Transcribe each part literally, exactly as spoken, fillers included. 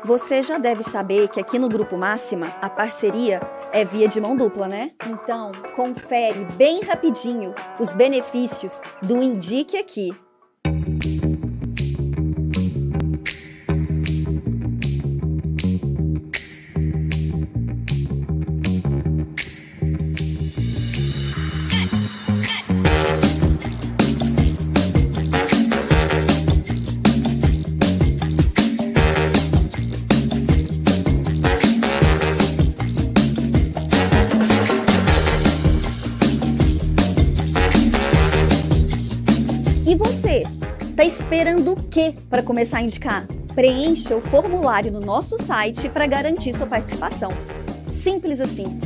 Você já deve saber que aqui no Grupo Máxima, a parceria é via de mão dupla, né? Então, confere bem rapidinho os benefícios do Indique Aqui. E você, tá esperando o quê para começar a indicar? Preencha o formulário no nosso site para garantir sua participação. Simples assim.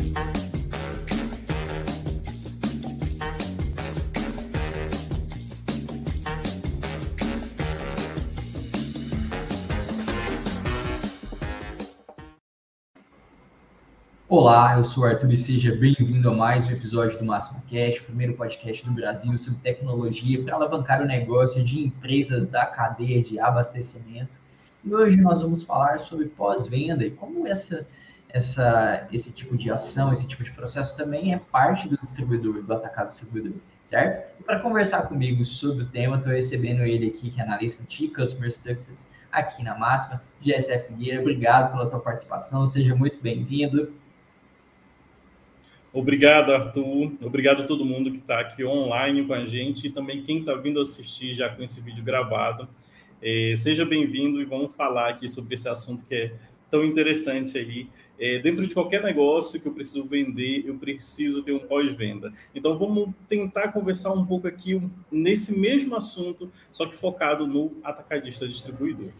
Olá, eu sou o Arthur e seja bem-vindo a mais um episódio do Máxima Cast, o primeiro podcast do Brasil sobre tecnologia para alavancar o negócio de empresas da cadeia de abastecimento. E hoje nós vamos falar sobre pós-venda e como essa, essa, esse tipo de ação, esse tipo de processo também é parte do distribuidor, do atacado distribuidor, certo? E para conversar comigo sobre o tema, estou recebendo ele aqui, que é analista de Customer Success aqui na Máxima, G S F Figueira. Obrigado pela tua participação, seja muito bem-vindo. Obrigado, Arthur. Obrigado a todo mundo que está aqui online com a gente e também quem está vindo assistir já com esse vídeo gravado. É, seja bem-vindo e vamos falar aqui sobre esse assunto que é tão interessante aí. É, dentro de qualquer negócio que eu preciso vender, eu preciso ter um pós-venda. Então, vamos tentar conversar um pouco aqui nesse mesmo assunto, só que focado no atacadista distribuidor.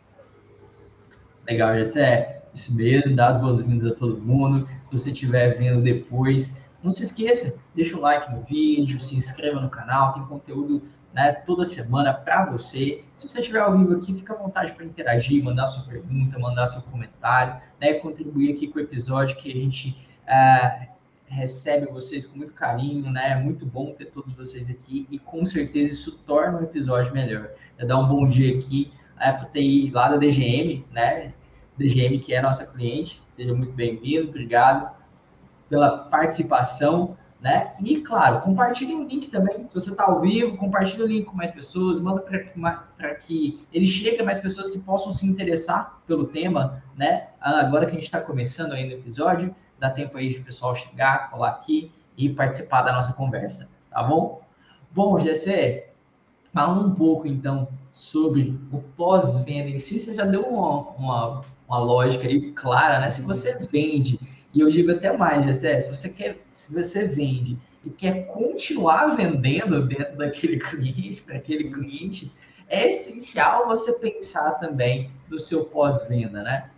Legal, Jessé. Isso mesmo, dá as boas-vindas a todo mundo. Se você estiver vendo depois, não se esqueça, deixa o like no vídeo, se inscreva no canal, tem conteúdo, né, toda semana para você. Se você estiver ao vivo aqui, fica à vontade para interagir, mandar sua pergunta, mandar seu comentário, né, contribuir aqui com o episódio que a gente uh, recebe vocês com muito carinho, né? É muito bom ter todos vocês aqui e com certeza isso torna o episódio melhor. Eu dar um bom dia aqui uh, para o T I lá da D G M, né? D G M, que é a nossa cliente, seja muito bem-vindo, obrigado pela participação, né? E, claro, compartilhe o link também, se você está ao vivo, compartilhe o link com mais pessoas, manda para que ele chegue a mais pessoas que possam se interessar pelo tema, né? Agora que a gente está começando aí no episódio, dá tempo aí de o pessoal chegar, colar aqui e participar da nossa conversa, tá bom? Bom, G C, falando um pouco, então, sobre o pós-venda em si, você já deu uma... uma uma lógica aí clara, né? Se você vende, e eu digo até mais, Jessé, se você quer, se você vende e quer continuar vendendo dentro daquele cliente, para aquele cliente, é essencial você pensar também no seu pós-venda, né?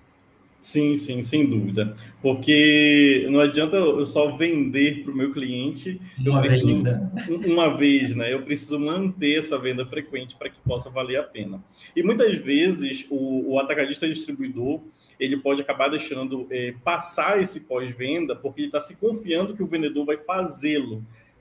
Sim, sim, sem dúvida. Porque não adianta eu só vender para o meu cliente, uma eu preciso, vez, né? uma vez, né? Eu preciso manter essa venda frequente para que possa valer a pena. E muitas vezes o, o atacadista distribuidor, ele pode acabar deixando é, passar esse pós-venda porque ele está se confiando que o vendedor vai fazê-lo.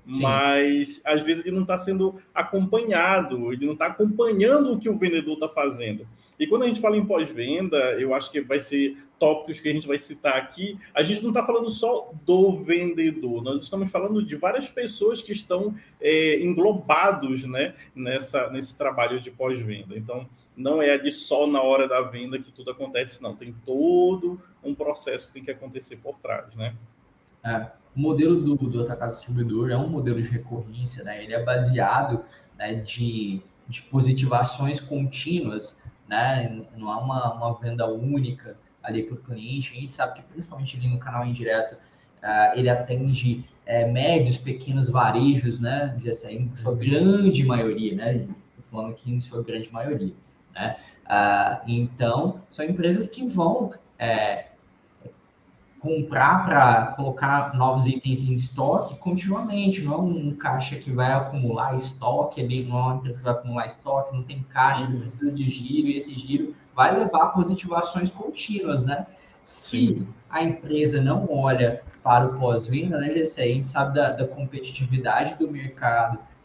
Mas, às vezes, ele não está sendo acompanhado, ele não está acompanhando o que o vendedor está fazendo. E quando a gente fala em pós-venda, eu acho que vai ser tópicos que a gente vai citar aqui, a gente não está falando só do vendedor, nós estamos falando de várias pessoas que estão é, englobados, né, nessa, nesse trabalho de pós-venda. Então, não é de só na hora da venda que tudo acontece, não. Tem todo um processo que tem que acontecer por trás, né? É. O modelo do, do atacado distribuidor é um modelo de recorrência, né? Ele é baseado, né, de, de positivações contínuas, né? Não há uma, uma venda única ali para o cliente. A gente sabe que, principalmente ali no canal indireto, uh, ele atende uh, médios, pequenos varejos, né? Em sua grande maioria, né? Estou falando aqui em sua grande maioria, né? Uh, então, são empresas que vão... Uh, comprar para colocar novos itens em estoque continuamente, não é um caixa que vai acumular estoque, ali, não é uma empresa que vai acumular estoque, não tem caixa, ele precisa de giro, e esse giro vai levar a positivações contínuas, né? Se Sim. a empresa não olha para o pós-venda, né, a gente sabe da, da competitividade do mercado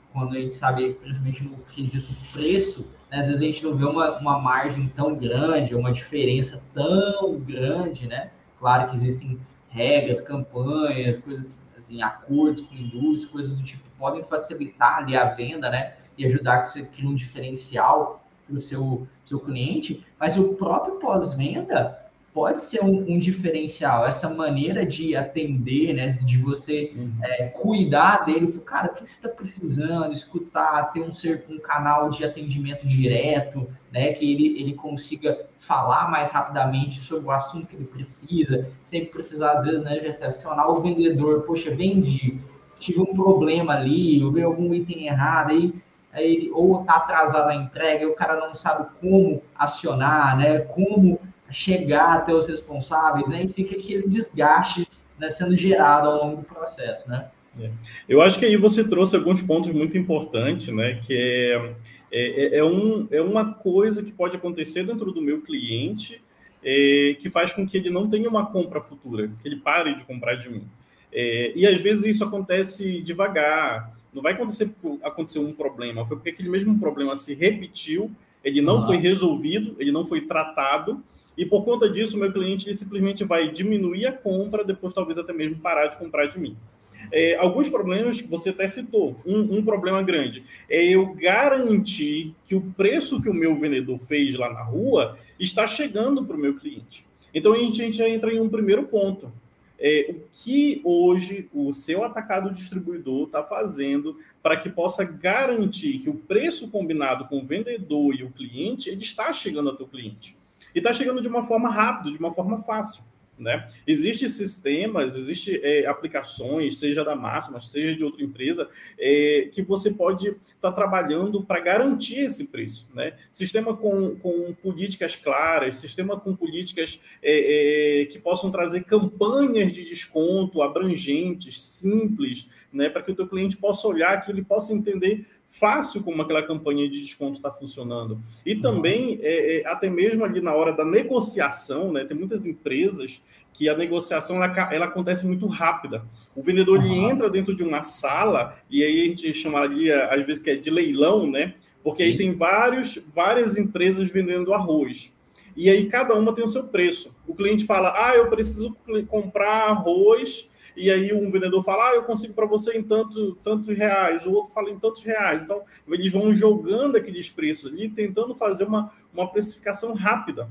quando a gente sabe, principalmente no quesito preço, né, às vezes a gente não vê uma, uma margem tão grande, uma diferença tão grande, né? Claro que existem regras, campanhas, coisas assim, acordos com indústria, coisas do tipo que podem facilitar ali a venda, né? E ajudar que você crie um diferencial para o seu, seu cliente, mas o próprio pós-venda pode ser um, um diferencial, essa maneira de atender, né, de você uhum. é, cuidar dele, cara, o que você está precisando, escutar, ter um, um canal de atendimento direto, né, que ele, ele consiga falar mais rapidamente sobre o assunto que ele precisa, sem precisar, às vezes, né, de acionar o vendedor, poxa, vendi, tive um problema ali, eu vi algum item errado, aí, aí ou está atrasado a entrega, e o cara não sabe como acionar, né, como chegar até os responsáveis, né? E fica aquele desgaste, né, sendo gerado ao longo do processo, né? É. Eu acho que aí você trouxe alguns pontos muito importantes, né? Que é, é, é, um, é uma coisa que pode acontecer dentro do meu cliente é, que faz com que ele não tenha uma compra futura, que ele pare de comprar de mim. É, e às vezes isso acontece devagar, não vai acontecer porque aconteceu um problema, foi porque aquele mesmo problema se repetiu, ele não uhum. foi resolvido, ele não foi tratado, e por conta disso, o meu cliente ele simplesmente vai diminuir a compra, depois talvez até mesmo parar de comprar de mim. É, alguns problemas que você até citou. Um, um problema grande é eu garantir que o preço que o meu vendedor fez lá na rua está chegando para o meu cliente. Então, a gente, a gente já entra em um primeiro ponto. É, o que hoje o seu atacado distribuidor está fazendo para que possa garantir que o preço combinado com o vendedor e o cliente ele está chegando ao teu cliente. E está chegando de uma forma rápida, de uma forma fácil, né? Existem sistemas, existem é, aplicações, seja da Máxima, seja de outra empresa, é, que você pode estar tá trabalhando para garantir esse preço, né? Sistema com, com políticas claras, sistema com políticas é, é, que possam trazer campanhas de desconto abrangentes, simples, né? Para que o teu cliente possa olhar, que ele possa entender fácil como aquela campanha de desconto está funcionando. E também, é, é, até mesmo ali na hora da negociação, né, tem muitas empresas que a negociação ela, ela acontece muito rápida. O vendedor uhum. ele entra dentro de uma sala, e aí a gente chamaria, às vezes, que é de leilão, né? Porque Sim. aí tem vários, várias empresas vendendo arroz. E aí cada uma tem o seu preço. O cliente fala, ah, eu preciso comprar arroz... E aí um vendedor fala, ah, eu consigo para você em tanto, tantos reais, o outro fala em tantos reais. Então, eles vão jogando aqueles preços ali, tentando fazer uma, uma precificação rápida.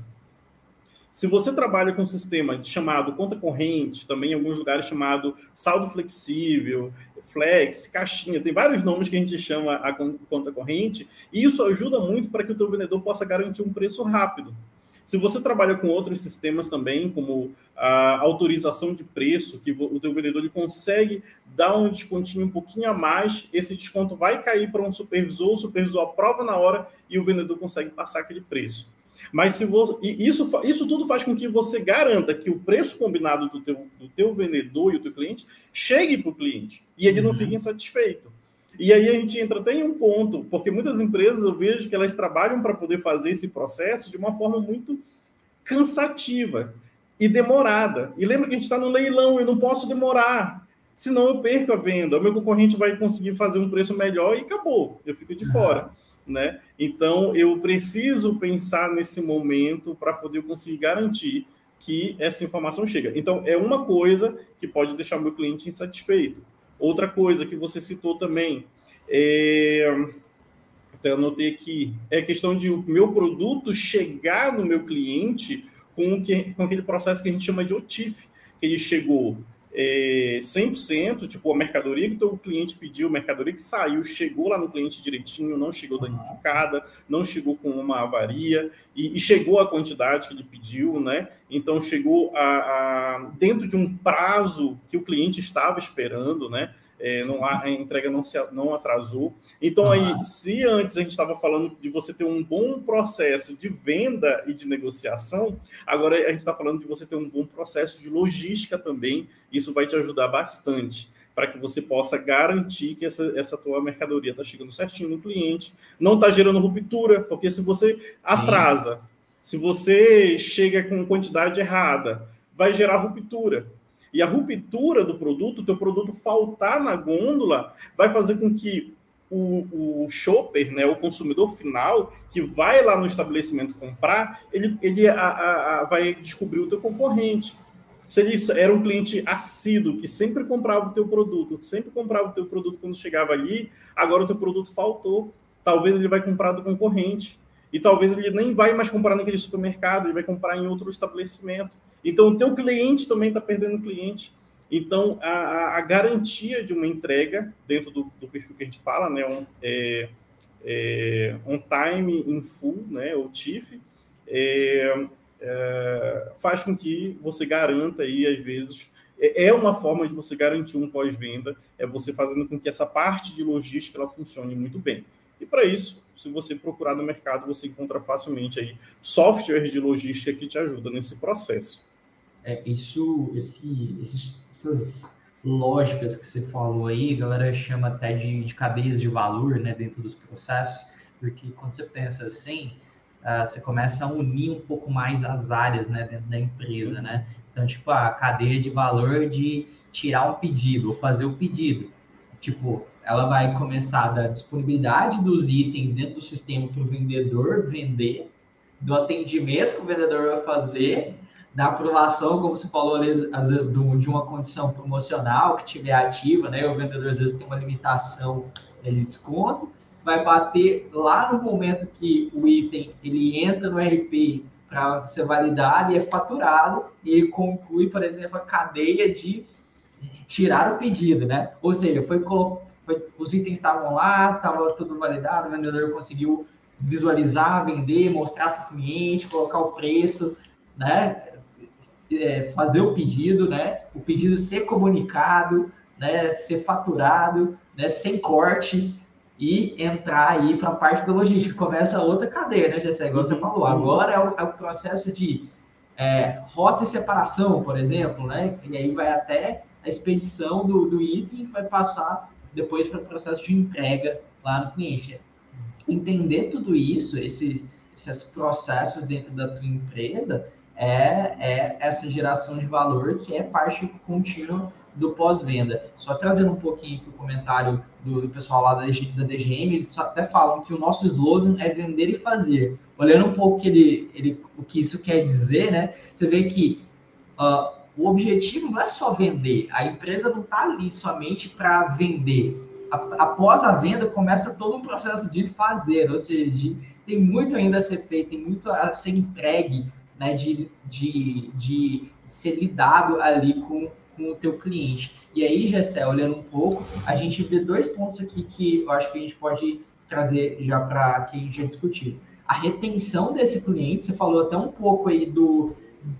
Se você trabalha com um sistema chamado conta corrente, também em alguns lugares chamado saldo flexível, flex, caixinha, tem vários nomes que a gente chama a conta corrente, e isso ajuda muito para que o teu vendedor possa garantir um preço rápido. Se você trabalha com outros sistemas também, como a autorização de preço, que o teu vendedor ele consegue dar um descontinho um pouquinho a mais, esse desconto vai cair para um supervisor, o supervisor aprova na hora e o vendedor consegue passar aquele preço. Mas se você, isso, isso tudo faz com que você garanta que o preço combinado do teu, do teu vendedor e do teu cliente chegue para o cliente e ele não fique insatisfeito. E aí a gente entra até em um ponto, porque muitas empresas eu vejo que elas trabalham para poder fazer esse processo de uma forma muito cansativa e demorada. E lembra que a gente está no leilão, eu não posso demorar, senão eu perco a venda. O meu concorrente vai conseguir fazer um preço melhor e acabou, eu fico de fora. Né? Então, eu preciso pensar nesse momento para poder conseguir garantir que essa informação chega. Então, é uma coisa que pode deixar o meu cliente insatisfeito. Outra coisa que você citou também, é... até anotei aqui, é a questão de o meu produto chegar no meu cliente com, que, com aquele processo que a gente chama de O T I F, que ele chegou é, cem por cento, tipo a mercadoria que o teu cliente pediu, a mercadoria que saiu, chegou lá no cliente direitinho, não chegou danificada, não chegou com uma avaria, e, e chegou a quantidade que ele pediu, né? Então chegou a, a, dentro de um prazo que o cliente estava esperando, né? É, não, a entrega não, se, não atrasou. Então, uhum. aí, se antes a gente estava falando de você ter um bom processo de venda e de negociação, agora a gente está falando de você ter um bom processo de logística também. Isso vai te ajudar bastante para que você possa garantir que essa, essa tua mercadoria está chegando certinho no cliente, não está gerando ruptura, porque se você atrasa, Sim. se você chega com quantidade errada, vai gerar ruptura. E a ruptura do produto, o teu produto faltar na gôndola, vai fazer com que o, o shopper, né, o consumidor final, que vai lá no estabelecimento comprar, ele, ele a, a, a, vai descobrir o teu concorrente. Se ele era um cliente assíduo, que sempre comprava o teu produto, sempre comprava o teu produto quando chegava ali, agora o teu produto faltou. Talvez ele vai comprar do concorrente. E talvez ele nem vai mais comprar naquele supermercado, ele vai comprar em outro estabelecimento. Então, o teu cliente também está perdendo cliente. Então, a, a garantia de uma entrega, dentro do, do perfil que a gente fala, né, um, é, é, on time in full, né, o T I F, é, é, faz com que você garanta aí, às vezes, é, é uma forma de você garantir um pós-venda, é você fazendo com que essa parte de logística ela funcione muito bem. E para isso, se você procurar no mercado, você encontra facilmente aí softwares de logística que te ajudam nesse processo. É, isso, esse, esses, essas lógicas que você falou aí, a galera chama até de, de cadeias de valor, né, dentro dos processos, porque quando você pensa assim, uh, você começa a unir um pouco mais as áreas, né, dentro da empresa, né? Então, tipo, a cadeia de valor de tirar um pedido, ou fazer o pedido. Tipo, ela vai começar da disponibilidade dos itens dentro do sistema para o vendedor vender, do atendimento que o vendedor vai fazer, da aprovação, como você falou, às vezes, de uma condição promocional que tiver ativa, né? O vendedor, às vezes, tem uma limitação de desconto, vai bater lá no momento que o item ele entra no R P para ser validado e é faturado, e ele conclui, por exemplo, a cadeia de tirar o pedido, né? Ou seja, foi, foi os itens estavam lá, estava tudo validado, o vendedor conseguiu visualizar, vender, mostrar para o cliente, colocar o preço, né? É, fazer o pedido, né? O pedido ser comunicado, né? Ser faturado, né? Sem corte e entrar aí para a parte da logística. Começa outra cadeia, né, Gessé? Igual você falou. Agora é o, é o processo de é, rota e separação, por exemplo, né? E aí vai até a expedição do, do item, vai passar depois para o processo de entrega lá no cliente. Entender tudo isso, esses, esses processos dentro da tua empresa, é, é essa geração de valor que é parte contínua do pós-venda. Só trazendo um pouquinho para o comentário do, do pessoal lá da, da D G M, eles até falam que o nosso slogan é vender e fazer. Olhando um pouco que ele, ele, o que isso quer dizer, né? Você vê que uh, o objetivo não é só vender. A empresa não está ali somente para vender. A, após a venda, começa todo um processo de fazer, ou seja, de, tem muito ainda a ser feito, tem muito a ser entregue, né, de, de, de ser lidado ali com, com o teu cliente. E aí, Gessé, olhando um pouco, a gente vê dois pontos aqui que eu acho que a gente pode trazer já para que a gente já discutiu. A retenção desse cliente, você falou até um pouco aí do,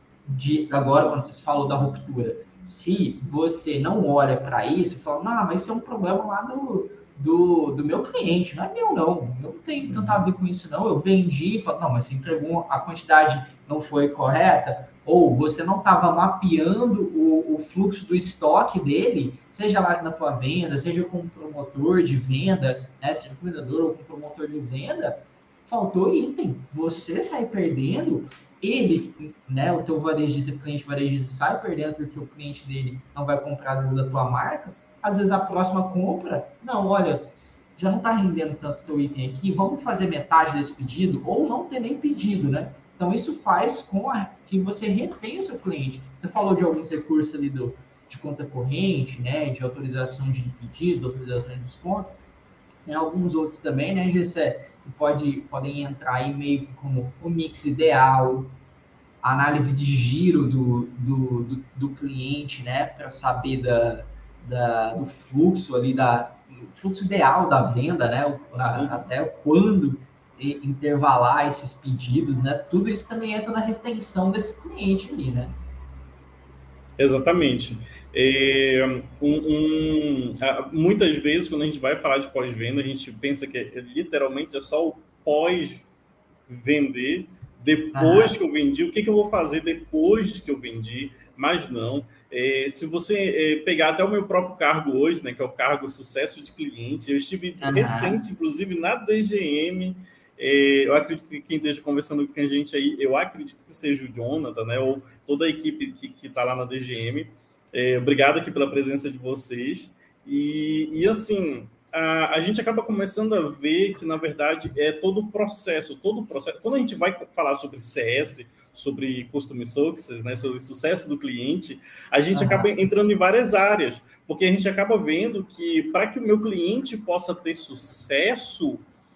de, agora, quando você falou da ruptura. Se você não olha para isso, fala, não, mas isso é um problema lá do, do, do meu cliente, não é meu não, eu não tenho tanto a ver com isso não, eu vendi, falo, não, mas você entregou, a quantidade não foi correta, ou você não estava mapeando o, o fluxo do estoque dele, seja lá na tua venda, seja com o promotor de venda, né, seja com o vendedor ou com o promotor de venda, faltou item, você sai perdendo, ele, né, o teu varejista, cliente varejista sai perdendo porque o cliente dele não vai comprar às vezes da tua marca, às vezes a próxima compra, não, olha, já não está rendendo tanto o teu item aqui, vamos fazer metade desse pedido, ou não ter nem pedido, né? Então, isso faz com a, que você retenha o seu cliente. Você falou de alguns recursos ali do, de conta corrente, né, de autorização de pedidos, autorização de desconto, tem alguns outros também, né, Gessé, que pode, podem entrar aí meio que como o mix ideal, a análise de giro do, do, do, do cliente, né, para saber da, da, do fluxo ali, da, do fluxo ideal da venda, né, a, até quando intervalar esses pedidos, né, tudo isso também entra na retenção desse cliente ali, né. Exatamente. É, um, um, muitas vezes, quando a gente vai falar de pós-venda, a gente pensa que é, literalmente é só o pós-vender, depois ah. que eu vendi, o que, que eu vou fazer depois que eu vendi, mas não. É, se você é, pegar até o meu próprio cargo hoje, né, que é o cargo Sucesso de Cliente, eu estive ah. recente, inclusive, na D G M, é, eu acredito que quem esteja conversando com a gente aí, eu acredito que seja o Jonathan, né, ou toda a equipe que está lá na D G M. É, obrigado aqui pela presença de vocês. E, e assim, a, a gente acaba começando a ver que, na verdade, é todo o processo, todo o processo. Quando a gente vai falar sobre C S, sobre Customer Success, né, sobre o sucesso do cliente, a gente uhum. acaba entrando em várias áreas, porque a gente acaba vendo que, para que o meu cliente possa ter sucesso,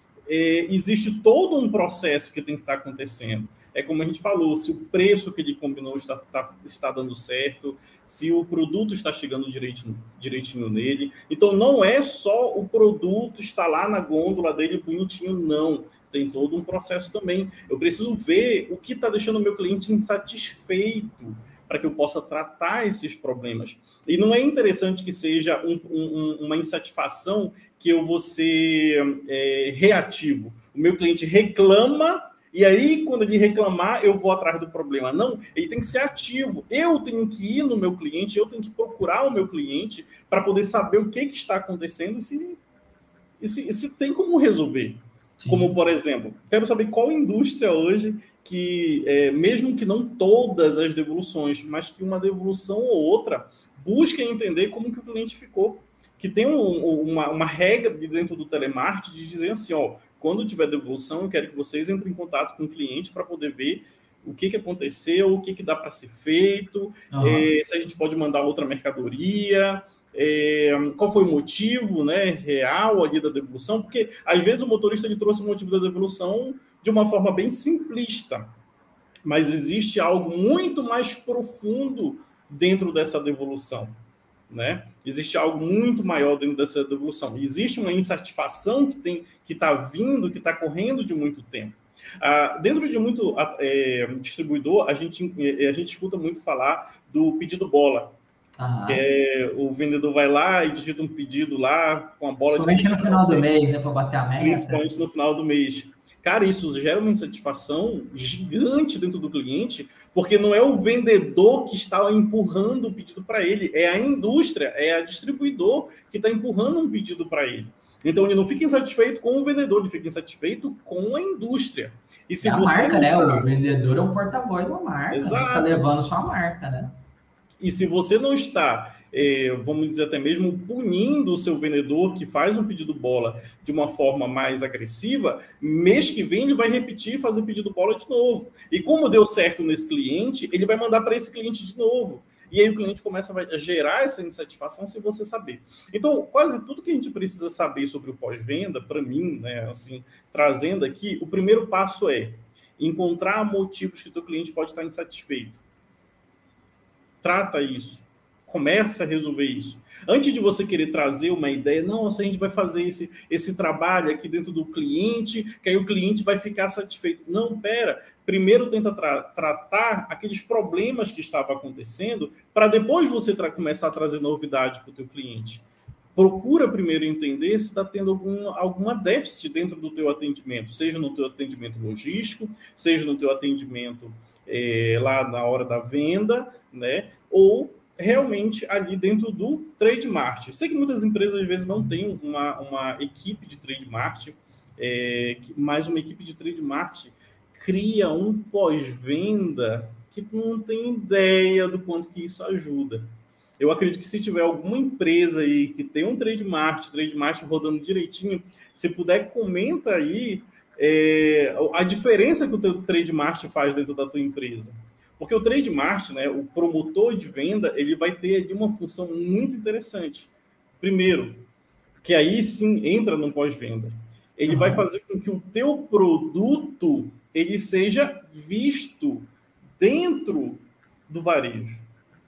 é, existe todo um processo que tem que estar acontecendo. É como a gente falou, se o preço que ele combinou está, está, está dando certo, se o produto está chegando direitinho, direitinho nele. Então, não é só o produto estar lá na gôndola dele bonitinho, não. Tem todo um processo também. Eu preciso ver o que está deixando o meu cliente insatisfeito para que eu possa tratar esses problemas. E não é interessante que seja um, um, uma insatisfação que eu vou ser é, reativo. O meu cliente reclama, e aí, quando ele reclamar, eu vou atrás do problema. Não, ele tem que ser ativo. Eu tenho que ir no meu cliente, eu tenho que procurar o meu cliente para poder saber o que, que está acontecendo e se, e se, e se tem como resolver. Sim. Como, por exemplo, quero saber qual indústria hoje que, é, mesmo que não todas as devoluções, mas que uma devolução ou outra, busca entender como que o cliente ficou. Que tem um, uma, uma regra dentro do telemarketing de dizer assim, ó, quando tiver devolução, eu quero que vocês entrem em contato com o cliente para poder ver o que, que aconteceu, o que, que dá para ser feito, uhum. é, se a gente pode mandar outra mercadoria, é, qual foi o motivo, né, real ali da devolução, porque às vezes o motorista ele trouxe o motivo da devolução de uma forma bem simplista, mas existe algo muito mais profundo dentro dessa devolução. Né? Existe algo muito maior dentro dessa devolução. Existe uma insatisfação que tem, que está vindo, que está correndo de muito tempo. Ah, dentro de muito é, distribuidor, a gente, a gente escuta muito falar do pedido bola. Aham. Que é, o vendedor vai lá e digita um pedido lá com a bola. Principalmente no final do mês, né, para bater a meta. Principalmente no final do mês. Cara, isso gera uma insatisfação gigante dentro do cliente, porque não é o vendedor que está empurrando o pedido para ele, é a indústria, é a distribuidor que está empurrando um pedido para ele. Então, ele não fica insatisfeito com o vendedor, ele fica insatisfeito com a indústria. E se é a você marca, não... né? O vendedor é um porta-voz da marca. Exato. Está levando sua marca, né? E se você não está, é, vamos dizer até mesmo, punindo o seu vendedor que faz um pedido bola de uma forma mais agressiva, mês que vem ele vai repetir e fazer pedido bola de novo. E como deu certo nesse cliente, ele vai mandar para esse cliente de novo. E aí o cliente começa a gerar essa insatisfação sem você saber. Então, quase tudo que a gente precisa saber sobre o pós-venda, para mim, né, assim, trazendo aqui, o primeiro passo é encontrar motivos que o teu cliente pode estar insatisfeito. Trata isso. Começa a resolver isso. Antes de você querer trazer uma ideia, nossa, a gente vai fazer esse, esse trabalho aqui dentro do cliente, que aí o cliente vai ficar satisfeito. Não, pera. Primeiro tenta tra- tratar aqueles problemas que estavam acontecendo, para depois você tra- começar a trazer novidade para o teu cliente. Procura primeiro entender se está tendo algum, alguma déficit dentro do teu atendimento, seja no teu atendimento logístico, seja no teu atendimento é, lá na hora da venda, né? Ou realmente ali dentro do trade marketing. Sei que muitas empresas às vezes não têm uma, uma equipe de trade marketing, é, mas uma equipe de trade marketing cria um pós-venda que tu não tem ideia do quanto que isso ajuda. Eu acredito que se tiver alguma empresa aí que tem um trade marketing, trade marketing rodando direitinho, se puder, comenta aí é, a diferença que o teu trade marketing faz dentro da tua empresa. Porque o trade marketing, né, o promotor de venda, ele vai ter ali uma função muito interessante. Primeiro, que aí sim entra no pós-venda. Ele uhum. vai fazer com que o teu produto ele seja visto dentro do varejo.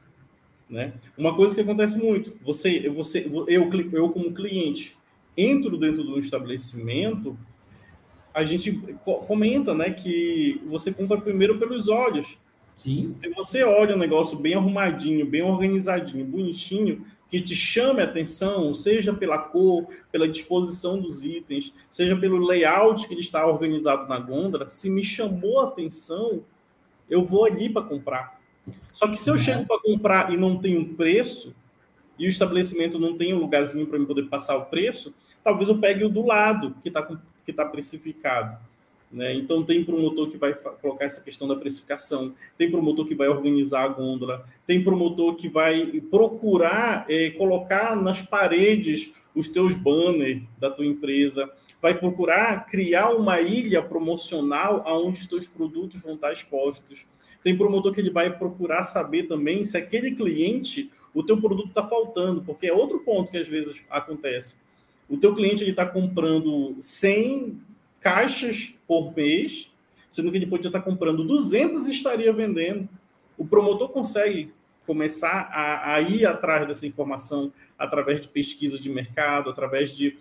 Né? Uma coisa que acontece muito, você, você, eu, eu como cliente, entro dentro de um estabelecimento, a gente comenta, né, que você compra primeiro pelos olhos. Sim. Se você olha um negócio bem arrumadinho, bem organizadinho, bonitinho, que te chame a atenção, seja pela cor, pela disposição dos itens, seja pelo layout que ele está organizado na gôndola, se me chamou a atenção, eu vou ali para comprar. Só que se eu uhum. chego para comprar e não tenho preço, e o estabelecimento não tem um lugarzinho para eu poder passar o preço, talvez eu pegue o do lado, que está que tá precificado. Né? Então, tem promotor que vai colocar essa questão da precificação, tem promotor que vai organizar a gôndola, tem promotor que vai procurar é, colocar nas paredes os teus banners da tua empresa, vai procurar criar uma ilha promocional onde os teus produtos vão estar expostos. Tem promotor que ele vai procurar saber também se aquele cliente, o teu produto está faltando, porque é outro ponto que às vezes acontece. O teu cliente está comprando cem caixas por mês, sendo que ele podia estar comprando duzentas e estaria vendendo. O promotor consegue começar a, a ir atrás dessa informação através de pesquisa de mercado, através de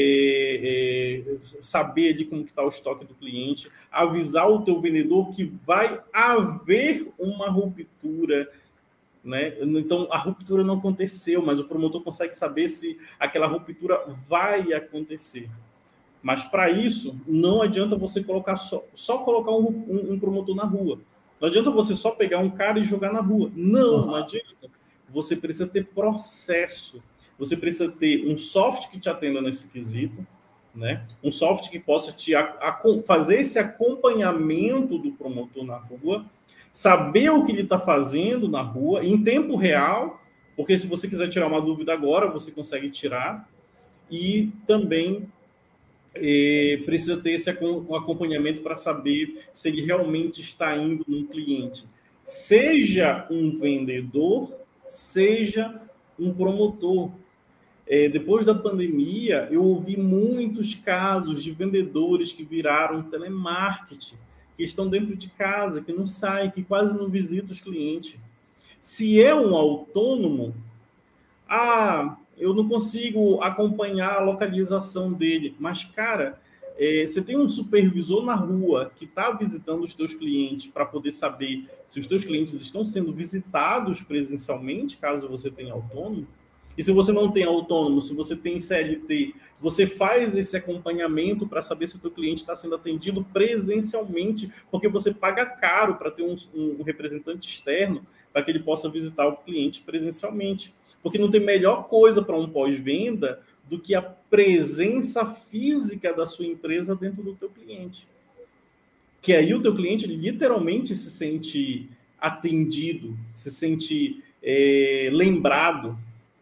é, é, saber ali como está o estoque do cliente, avisar o teu vendedor que vai haver uma ruptura, né? Então, a ruptura não aconteceu, mas o promotor consegue saber se aquela ruptura vai acontecer. Mas, para isso, não adianta você colocar só, só colocar um, um, um promotor na rua. Não adianta você só pegar um cara e jogar na rua. Não, não adianta. Você precisa ter processo. Você precisa ter um software que te atenda nesse quesito, né? Um software que possa te a, a, fazer esse acompanhamento do promotor na rua, saber o que ele está fazendo na rua, em tempo real, porque se você quiser tirar uma dúvida agora, você consegue tirar. E também é, precisa ter esse acompanhamento para saber se ele realmente está indo no cliente. Seja um vendedor, seja um promotor. É, depois da pandemia, eu ouvi muitos casos de vendedores que viraram telemarketing, que estão dentro de casa, que não saem, que quase não visitam os clientes. Se é um autônomo, ah, eu não consigo acompanhar a localização dele. Mas, cara, é, você tem um supervisor na rua que está visitando os teus clientes para poder saber se os teus clientes estão sendo visitados presencialmente, caso você tenha autônomo. E se você não tem autônomo, se você tem C L T, você faz esse acompanhamento para saber se o teu cliente está sendo atendido presencialmente, porque você paga caro para ter um, um representante externo para que ele possa visitar o cliente presencialmente. Porque não tem melhor coisa para um pós-venda do que a presença física da sua empresa dentro do teu cliente. Que aí o teu cliente ele literalmente se sente atendido, se sente é, lembrado.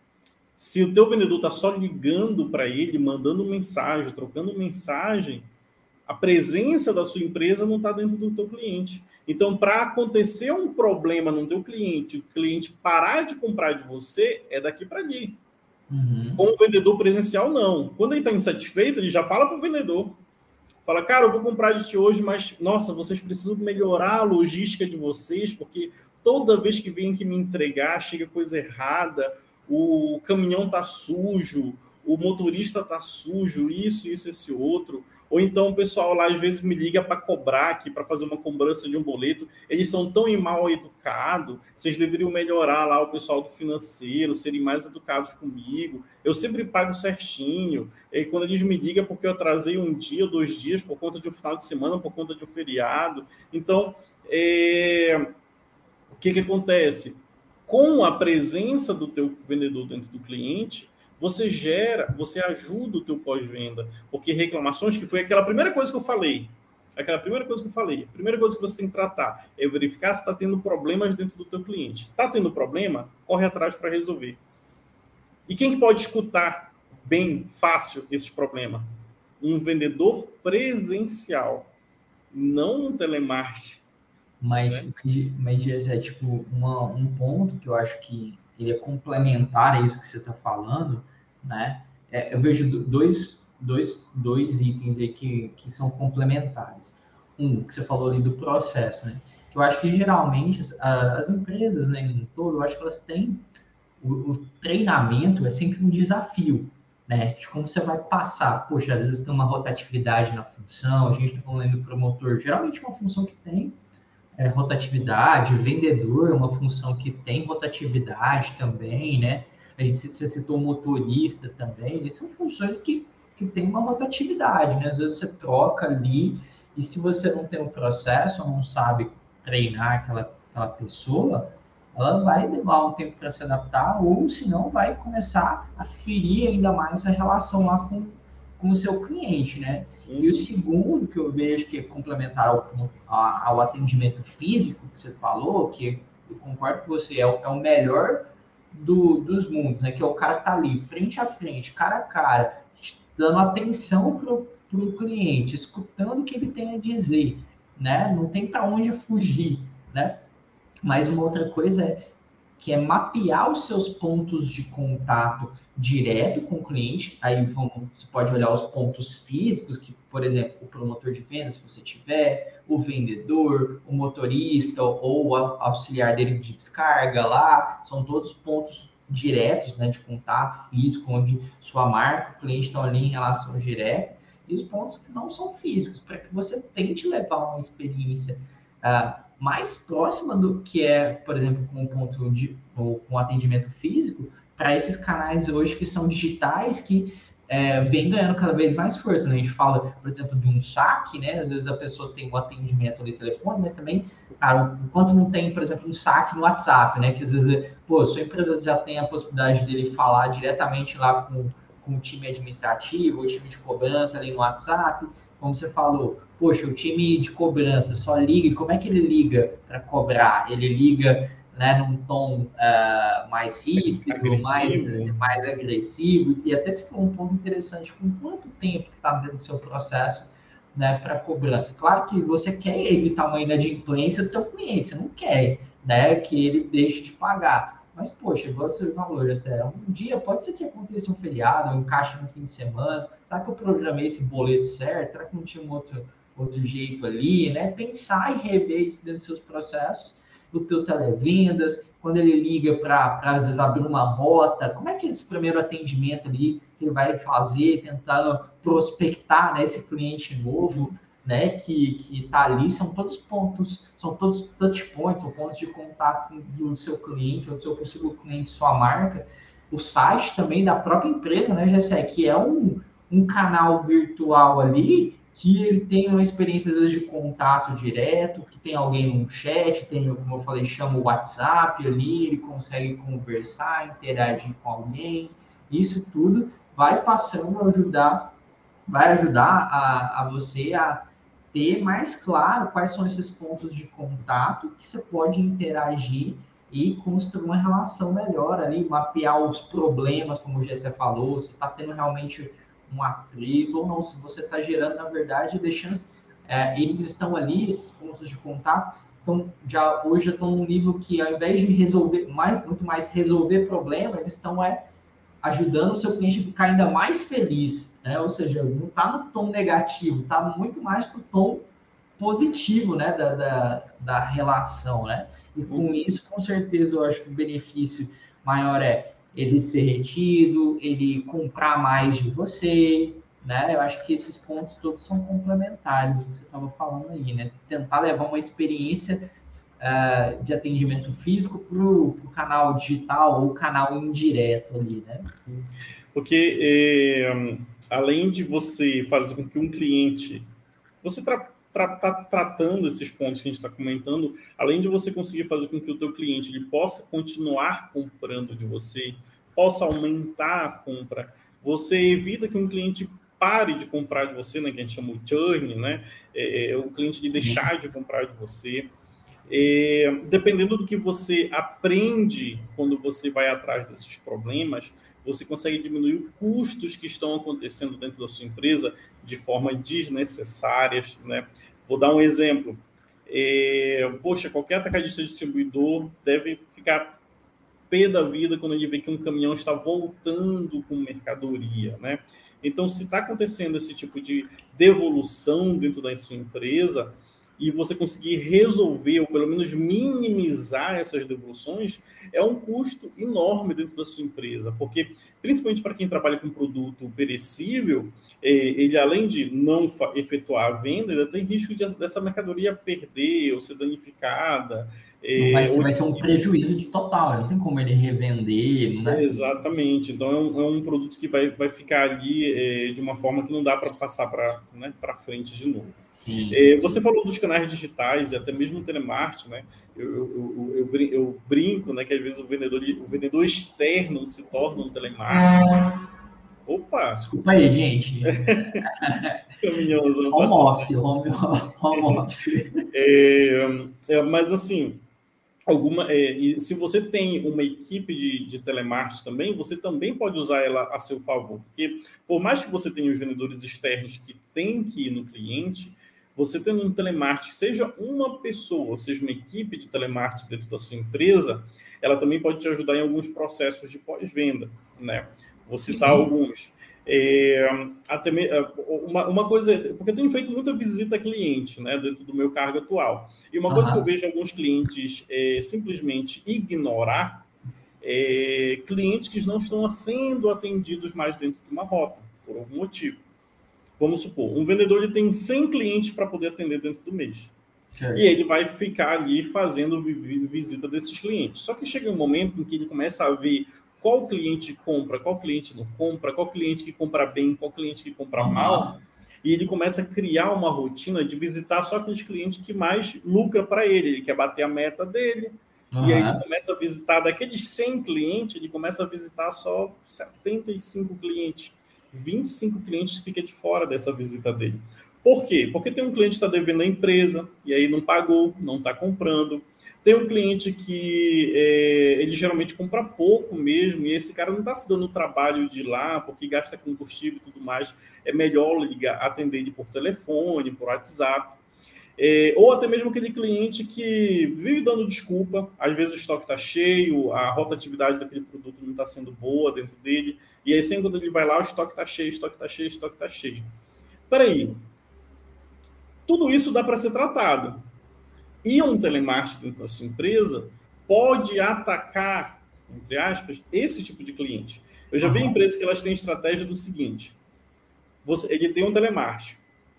Se o teu vendedor está só ligando para ele, mandando mensagem, trocando mensagem, a presença da sua empresa não está dentro do teu cliente. Então, para acontecer um problema no teu cliente, o cliente parar de comprar de você, é daqui para ali. Uhum. Com o vendedor presencial, não. Quando ele está insatisfeito, ele já fala para o vendedor. Fala, cara, eu vou comprar de ti hoje, mas, nossa, vocês precisam melhorar a logística de vocês, porque toda vez que vem aqui me entregar, chega coisa errada, o caminhão está sujo, o motorista está sujo, isso, isso, esse outro. Ou então o pessoal lá, às vezes, me liga para cobrar aqui, para fazer uma cobrança de um boleto. Eles são tão mal educados, vocês deveriam melhorar lá o pessoal do financeiro, serem mais educados comigo. Eu sempre pago certinho. E quando eles me ligam, porque eu atrasei um dia, dois dias, por conta de um final de semana, por conta de um feriado. Então, é... o que que acontece? Com a presença do teu vendedor dentro do cliente, você gera, você ajuda o teu pós-venda. Porque reclamações, que foi aquela primeira coisa que eu falei, aquela primeira coisa que eu falei, a primeira coisa que você tem que tratar é verificar se está tendo problemas dentro do teu cliente. Está tendo problema? Corre atrás para resolver. E quem que pode escutar bem, fácil, esses problemas? Um vendedor presencial, não um telemarketing. Mas, né? mas esse é tipo uma, um ponto que eu acho que ele é complementar a isso que você está falando, né? É, eu vejo dois, dois, dois itens aí que, que são complementares. Um, que você falou ali do processo, né? Que eu acho que geralmente as, as empresas, né, em todo, eu acho que elas têm o, o treinamento é sempre um desafio, né? De como você vai passar. Poxa, às vezes tem uma rotatividade na função, a gente está falando do promotor, geralmente é uma função que tem É, rotatividade, vendedor é uma função que tem rotatividade também, né? Aí você citou motorista também, eles são funções que, que têm uma rotatividade, né? Às vezes você troca ali, e se você não tem um processo, ou não sabe treinar aquela, aquela pessoa, ela vai levar um tempo para se adaptar, ou senão vai começar a ferir ainda mais a relação lá com, com o seu cliente, né? E o segundo que eu vejo que é complementar ao, ao, ao atendimento físico que você falou, que eu concordo com você, é o, é o melhor do, dos mundos, né? Que é o cara que tá ali, frente a frente, cara a cara, dando atenção pro, pro cliente, escutando o que ele tem a dizer, né? Não tem para onde fugir, né? Mas uma outra coisa é que é mapear os seus pontos de contato direto com o cliente. Aí vamos, você pode olhar os pontos físicos, que, por exemplo, o promotor de vendas, se você tiver, o vendedor, o motorista ou o auxiliar dele de descarga lá, são todos pontos diretos, né, de contato físico, onde sua marca, o cliente estão ali em relação direta, e os pontos que não são físicos, para que você tente levar uma experiência uh, mais próxima do que é, por exemplo, com o ponto de ou com atendimento físico, para esses canais hoje que são digitais, que é, vem ganhando cada vez mais força, né? A gente fala, por exemplo, de um saque, né? Às vezes a pessoa tem um atendimento ali telefone, mas também, cara, enquanto não tem, por exemplo, um saque no WhatsApp, né? Que às vezes, pô, sua empresa já tem a possibilidade dele falar diretamente lá com, com o time administrativo, o time de cobrança ali no WhatsApp, como você falou, poxa, o time de cobrança só liga, como é que ele liga para cobrar? Ele liga, né, num tom uh, mais ríspido, mais, mais agressivo, e até se for um ponto interessante, com quanto tempo que está dentro do seu processo, né, para cobrança? Claro que você quer evitar uma inadimplência do seu cliente, você não quer, né, que ele deixe de pagar. Mas, poxa, igual o seu valor, é um dia, pode ser que aconteça um feriado, um encaixe no fim de semana, será que eu programei esse boleto certo? Será que não tinha um outro, outro jeito ali, né? Pensar e rever isso dentro dos seus processos, o teu televendas, quando ele liga para, às vezes, abrir uma rota, como é que é esse primeiro atendimento ali que ele vai fazer, tentando prospectar, né, esse cliente novo, né, que que está ali, são todos pontos, são todos touch points, são pontos de contato do seu cliente, ou do seu possível cliente, sua marca. O site também da própria empresa, né, Gessé, que é um, um canal virtual ali, que ele tem uma experiência, às vezes, de contato direto, que tem alguém no chat, tem, como eu falei, chama o WhatsApp ali, ele consegue conversar, interagir com alguém. Isso tudo vai passando a ajudar, vai ajudar a, a você a ter mais claro quais são esses pontos de contato que você pode interagir e construir uma relação melhor ali, mapear os problemas, como o Gessé falou, se está tendo realmente um atrito ou não, se você está gerando, na verdade, deixando, é, eles estão ali, esses pontos de contato, então, já, hoje já estão num nível que, ao invés de resolver, mais, muito mais resolver problema, eles estão é, ajudando o seu cliente a ficar ainda mais feliz, né? Ou seja, não está no tom negativo, está muito mais para o tom positivo, né, da, da, da relação, né? E com isso, com certeza, eu acho que o benefício maior é ele ser retido, ele comprar mais de você, né? Eu acho que esses pontos todos são complementares, o que você estava falando aí, né? Tentar levar uma experiência uh, de atendimento físico para o canal digital ou canal indireto ali, né? Porque, é, além de você fazer com que um cliente... Você tra tra tá tratando esses pontos que a gente está comentando, além de você conseguir fazer com que o teu cliente ele possa continuar comprando de você, possa aumentar a compra, você evita que um cliente pare de comprar de você, né, que a gente chama de churn, né, é, é, o cliente de deixar de comprar de você. É, dependendo do que você aprende quando você vai atrás desses problemas, você consegue diminuir os custos que estão acontecendo dentro da sua empresa de forma desnecessárias, né? Vou dar um exemplo. É, poxa, qualquer atacadista distribuidor deve ficar pé da vida quando ele vê que um caminhão está voltando com mercadoria, né? Então, se está acontecendo esse tipo de devolução dentro da sua empresa e você conseguir resolver ou pelo menos minimizar essas devoluções, é um custo enorme dentro da sua empresa, porque principalmente para quem trabalha com produto perecível, ele além de não efetuar a venda, ainda tem risco de, dessa mercadoria perder ou ser danificada. Vai ser, vai ser um prejuízo de total, não tem como ele revender, né? Exatamente, então é um, é um produto que vai, vai ficar ali é, de uma forma que não dá para passar para, né, para frente de novo. É, você falou dos canais digitais e até mesmo o telemarketing, né? Eu, eu, eu, eu, eu brinco, né, que às vezes o vendedor, o vendedor externo se torna um telemarketing. Opa! Desculpa aí, gente. Caminhãozão home office, home, home office. É, é, mas assim, alguma, é, e se você tem uma equipe de, de telemarketing também, você também pode usar ela a seu favor. Porque, por mais que você tenha os vendedores externos que têm que ir no cliente, você tendo um telemarketing, seja uma pessoa, seja uma equipe de telemarketing dentro da sua empresa, ela também pode te ajudar em alguns processos de pós-venda, né? Vou citar uhum. alguns. É, até me, uma, uma coisa, porque eu tenho feito muita visita a cliente, né, dentro do meu cargo atual. E uma uhum. coisa que eu vejo alguns clientes é, simplesmente ignorar é, clientes que não estão sendo atendidos mais dentro de uma rota, por algum motivo. Vamos supor, um vendedor ele tem cem clientes para poder atender dentro do mês. Certo. E ele vai ficar ali fazendo visita desses clientes. Só que chega um momento em que ele começa a ver qual cliente compra, qual cliente não compra, qual cliente que compra bem, qual cliente que compra uhum. mal, e ele começa a criar uma rotina de visitar só aqueles clientes que mais lucra para ele, ele quer bater a meta dele, uhum. e aí ele começa a visitar, daqueles cem clientes, ele começa a visitar só setenta e cinco clientes, vinte e cinco clientes fica de fora dessa visita dele. Por quê? Porque tem um cliente que está devendo a empresa, e aí não pagou, não está comprando. Tem um cliente que é, ele geralmente compra pouco mesmo, e esse cara não está se dando o trabalho de ir lá, porque gasta combustível e tudo mais. É melhor ligar, atender ele por telefone, por WhatsApp. É, ou até mesmo aquele cliente que vive dando desculpa, às vezes o estoque está cheio, a rotatividade daquele produto não está sendo boa dentro dele, e aí sempre quando ele vai lá, o estoque está cheio, o estoque está cheio, o estoque está cheio. Peraí, tudo isso dá para ser tratado. E um telemarketing dentro da sua empresa pode atacar, entre aspas, esse tipo de cliente. Eu já uhum. vi empresas que elas têm estratégia do seguinte, você, ele tem um telemarketing.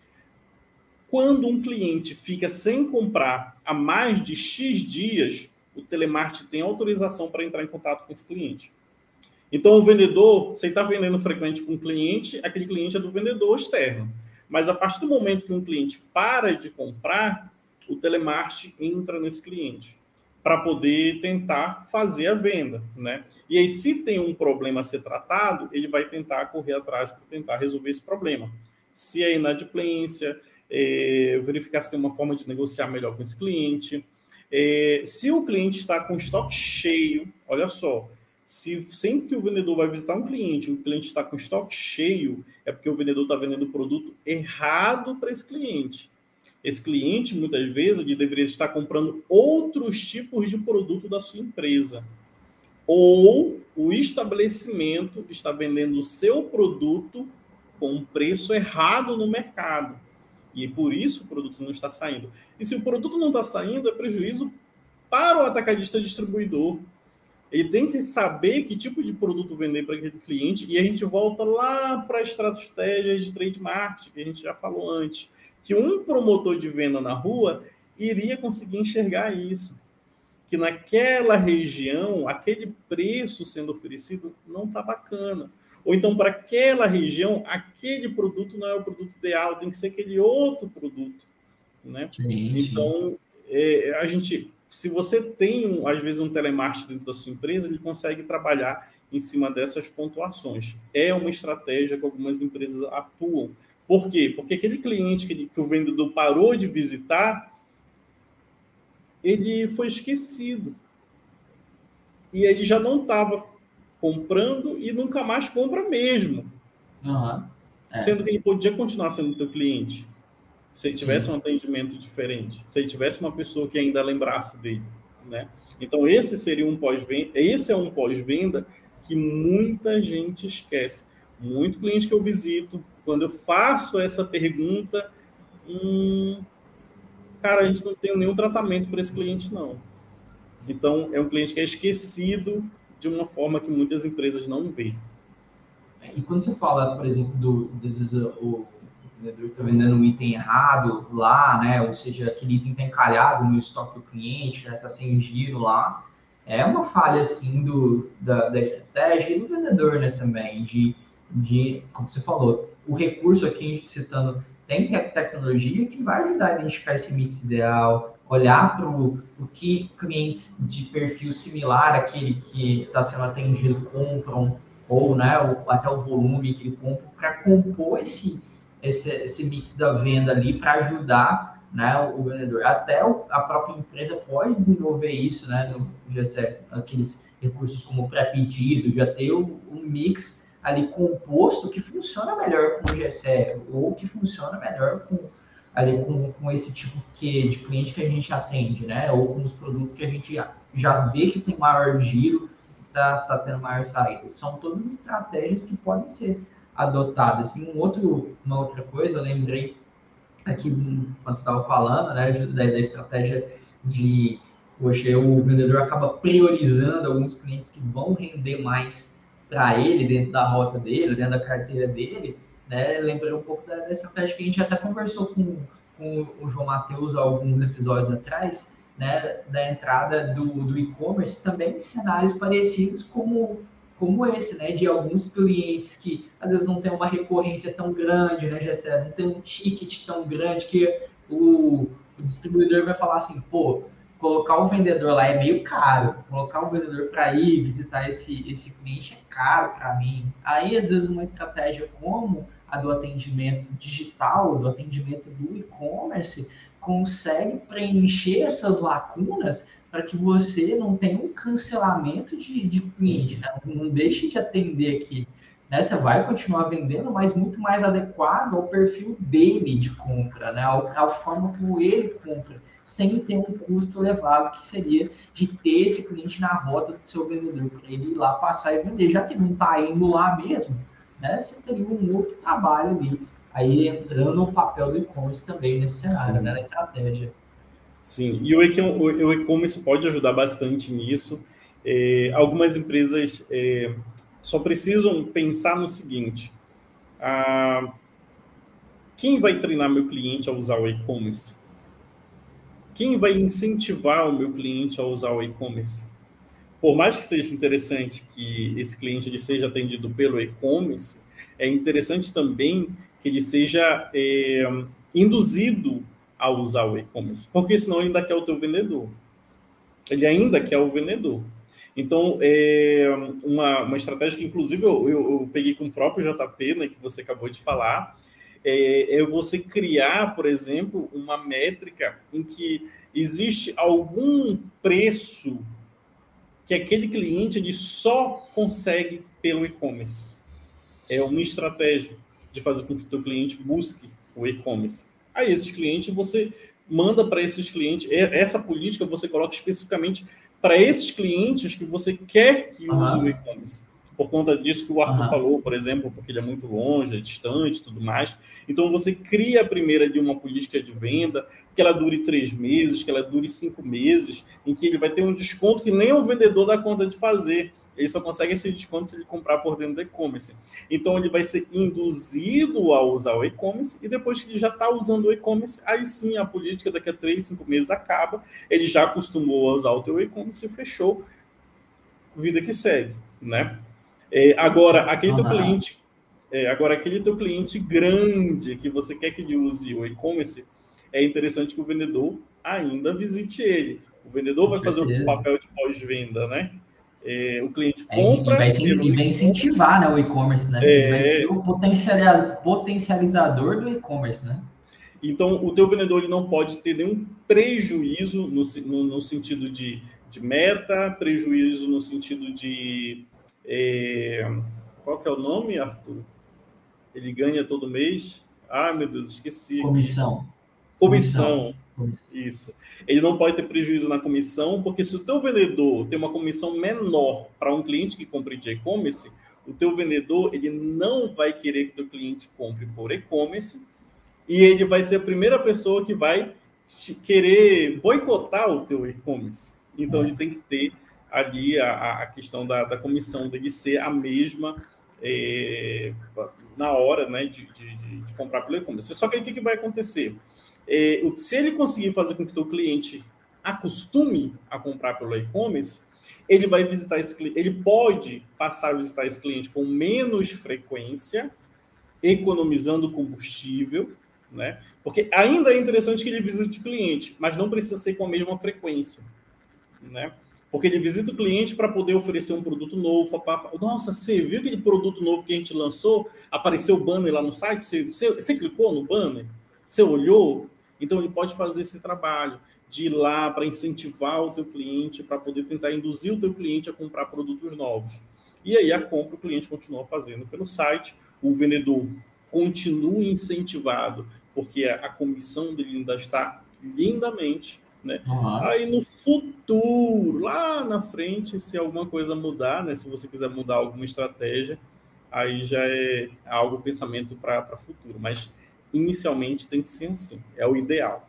Quando um cliente fica sem comprar há mais de X dias, o telemarketing tem autorização para entrar em contato com esse cliente. Então, o vendedor, você está vendendo frequente com um cliente, aquele cliente é do vendedor externo. Mas a partir do momento que um cliente para de comprar, o telemarketing entra nesse cliente para poder tentar fazer a venda, né? E aí, se tem um problema a ser tratado, ele vai tentar correr atrás para tentar resolver esse problema. Se é inadimplência, é, verificar se tem uma forma de negociar melhor com esse cliente. É, se o cliente está com estoque cheio, olha só, se sempre que o vendedor vai visitar um cliente, o cliente está com estoque cheio, é porque o vendedor está vendendo o produto errado para esse cliente. Esse cliente, muitas vezes, ele deveria estar comprando outros tipos de produto da sua empresa. Ou o estabelecimento está vendendo o seu produto com um preço errado no mercado. E por isso o produto não está saindo. E se o produto não está saindo, é prejuízo para o atacadista distribuidor. Ele tem que saber que tipo de produto vender para aquele cliente. E a gente volta lá para a estratégia de trade marketing, que a gente já falou antes. Que um promotor de venda na rua iria conseguir enxergar isso. Que naquela região, aquele preço sendo oferecido não está bacana. Ou então, para aquela região, aquele produto não é o produto ideal, tem que ser aquele outro produto. Né? Sim, sim. Então, é, a gente, se você tem, às vezes, um telemarketing dentro da sua empresa, ele consegue trabalhar em cima dessas pontuações. É uma estratégia que algumas empresas atuam. Por quê? Porque aquele cliente que, que o vendedor parou de visitar, ele foi esquecido. E ele já não estava comprando e nunca mais compra mesmo. Uhum. É. Sendo que ele podia continuar sendo teu cliente. Se ele tivesse Sim. um atendimento diferente. Se ele tivesse uma pessoa que ainda lembrasse dele. Né? Então, esse seria um pós-venda. Esse é um pós-venda que muita gente esquece. Muito cliente que eu visito, quando eu faço essa pergunta, hum, cara, a gente não tem nenhum tratamento para esse cliente, não. Então, é um cliente que é esquecido de uma forma que muitas empresas não veem. E quando você fala, por exemplo, do, desses, o vendedor está vendendo um item errado lá, né? Ou seja, aquele item está encalhado no estoque do cliente, já está sem giro lá, é uma falha, assim, do, da, da estratégia e do vendedor, né, também, de, de, como você falou, o recurso aqui, citando, tem que ter tecnologia que vai ajudar a identificar esse mix ideal, olhar para o que clientes de perfil similar àquele que está sendo atendido compram, ou, né, ou até o volume que ele compra, para compor esse, esse, esse mix da venda ali, para ajudar né, o vendedor. Até o, a própria empresa pode desenvolver isso, né, no G C E, aqueles recursos como pré-pedido, já ter um, um mix ali composto que funciona melhor com o G C E, ou que funciona melhor com, ali com, com esse tipo que, de cliente que a gente atende, né, ou com os produtos que a gente já, já vê que tem maior giro, está tá tendo maior saída. São todas estratégias que podem ser adotadas. E um outro, uma outra coisa, eu lembrei aqui quando você estava falando, né, da, da estratégia de, poxa, o vendedor acaba priorizando alguns clientes que vão render mais para ele, dentro da rota dele, dentro da carteira dele, né, lembrei um pouco da, da estratégia que a gente até conversou com, com o João Matheus alguns episódios atrás, né, da entrada do, do e-commerce também em cenários parecidos como, como esse, né, de alguns clientes que às vezes não tem uma recorrência tão grande, né, Gessé, não tem um ticket tão grande que o, o distribuidor vai falar assim, pô, colocar o vendedor lá é meio caro, colocar o vendedor para ir visitar esse, esse cliente é caro para mim. Aí, às vezes, uma estratégia como a do atendimento digital, do atendimento do e-commerce, consegue preencher essas lacunas para que você não tenha um cancelamento de, de cliente, né? Não deixe de atender aqui, né? Você vai continuar vendendo, mas muito mais adequado ao perfil dele de compra, né? À forma como ele compra, sem ter um custo elevado que seria de ter esse cliente na rota do seu vendedor, para ele ir lá passar e vender, já que não está indo lá mesmo, né? Você teria um outro trabalho ali, aí entrando no papel do e-commerce também nesse cenário, Sim. né? Na estratégia. Sim, e o e-commerce pode ajudar bastante nisso. É, algumas empresas é, só precisam pensar no seguinte, ah, quem vai treinar meu cliente a usar o e-commerce? Quem vai incentivar o meu cliente a usar o e-commerce? Por mais que seja interessante que esse cliente ele seja atendido pelo e-commerce, é interessante também que ele seja é, induzido a usar o e-commerce, porque senão ele ainda quer o teu vendedor. Ele ainda quer o vendedor. Então, é uma, uma estratégia que, inclusive, eu, eu, eu peguei com o próprio J P, né, que você acabou de falar, é, é você criar, por exemplo, uma métrica em que existe algum preço que aquele cliente ele só consegue pelo e-commerce. É uma estratégia de fazer com que o teu cliente busque o e-commerce. Aí, esses clientes, você manda para esses clientes, essa política você coloca especificamente para esses clientes que você quer que use uhum. o e-commerce. Por conta disso que o Arthur uhum. falou, por exemplo, porque ele é muito longe, é distante e tudo mais. Então, você cria a primeira de uma política de venda, que ela dure três meses, que ela dure cinco meses, em que ele vai ter um desconto que nem o vendedor dá conta de fazer. Ele só consegue esse desconto se ele comprar por dentro do e-commerce. Então, ele vai ser induzido a usar o e-commerce, e depois que ele já está usando o e-commerce, aí sim a política daqui a três, cinco meses acaba, ele já acostumou a usar o teu e-commerce e fechou, vida que segue, né? É, agora, aquele uhum. teu cliente, é, agora, aquele teu cliente grande que você quer que ele use o e-commerce, é interessante que o vendedor ainda visite ele. O vendedor Com vai certeza. fazer o papel de pós-venda, né? É, o cliente compra... É, e, vai, e vai incentivar, né, o e-commerce, né? É... Vai ser o potencializador do e-commerce, né? Então, o teu vendedor ele não pode ter nenhum prejuízo no, no, no sentido de, de meta, prejuízo no sentido de... É... Qual que é o nome, Arthur? Ele ganha todo mês? Ah, meu Deus, esqueci. Comissão. Comissão. Comissão. Isso. Ele não pode ter prejuízo na comissão, porque se o teu vendedor tem uma comissão menor para um cliente que compre de e-commerce, o teu vendedor ele não vai querer que o teu cliente compre por e-commerce e ele vai ser a primeira pessoa que vai querer boicotar o teu e-commerce. Então, é. ele tem que ter ali a, a questão da, da comissão dele ser a mesma é, na hora, né, de, de, de comprar pelo e-commerce. Só que aí o que, que vai acontecer? É, se ele conseguir fazer com que o teu cliente acostume a comprar pelo e-commerce, ele vai visitar esse cliente, ele pode passar a visitar esse cliente com menos frequência, economizando combustível, né? Porque ainda é interessante que ele visite o cliente, mas não precisa ser com a mesma frequência, né? Porque ele visita o cliente para poder oferecer um produto novo. Pra... Nossa, você viu aquele produto novo que a gente lançou? Apareceu o banner lá no site? Você, você, você clicou no banner? Você olhou? Então, ele pode fazer esse trabalho de ir lá para incentivar o teu cliente, para poder tentar induzir o teu cliente a comprar produtos novos. E aí, a compra, o cliente continua fazendo pelo site, o vendedor continua incentivado, porque a comissão dele ainda está lindamente, né? Uhum. Aí, no futuro, lá na frente, se alguma coisa mudar, né? Se você quiser mudar alguma estratégia, aí já é algo, pensamento para o futuro. Mas, inicialmente, tem que ser assim. É o ideal.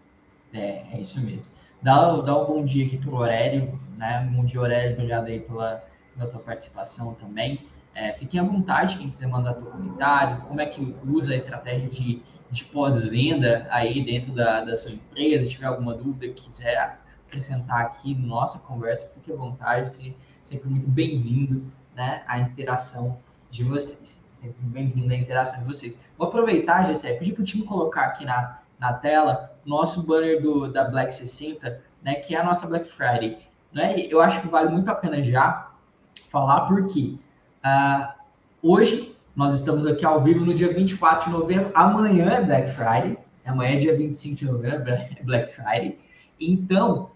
É, é isso mesmo. Dá, dá um bom dia aqui para o Aurélio, né? Um bom dia, Aurélio. Obrigado aí pela, pela tua participação também. É, fiquem à vontade, quem quiser mandar teu comentário, como é que usa a estratégia de, de pós-venda aí dentro da, da sua empresa. Se tiver alguma dúvida, quiser acrescentar aqui na nossa conversa, fique à vontade, se, sempre muito bem-vindo, né, à interação de vocês. Sempre bem-vindo à interação de vocês. Vou aproveitar, Gessé, pedir para o time colocar aqui na, na tela o nosso banner do, da Black sessenta, né, que é a nossa Black Friday. Né? Eu acho que vale muito a pena já falar porque uh, hoje nós estamos aqui ao vivo no dia vinte e quatro de novembro, amanhã é Black Friday, amanhã é dia vinte e cinco de novembro, é Black Friday. Então,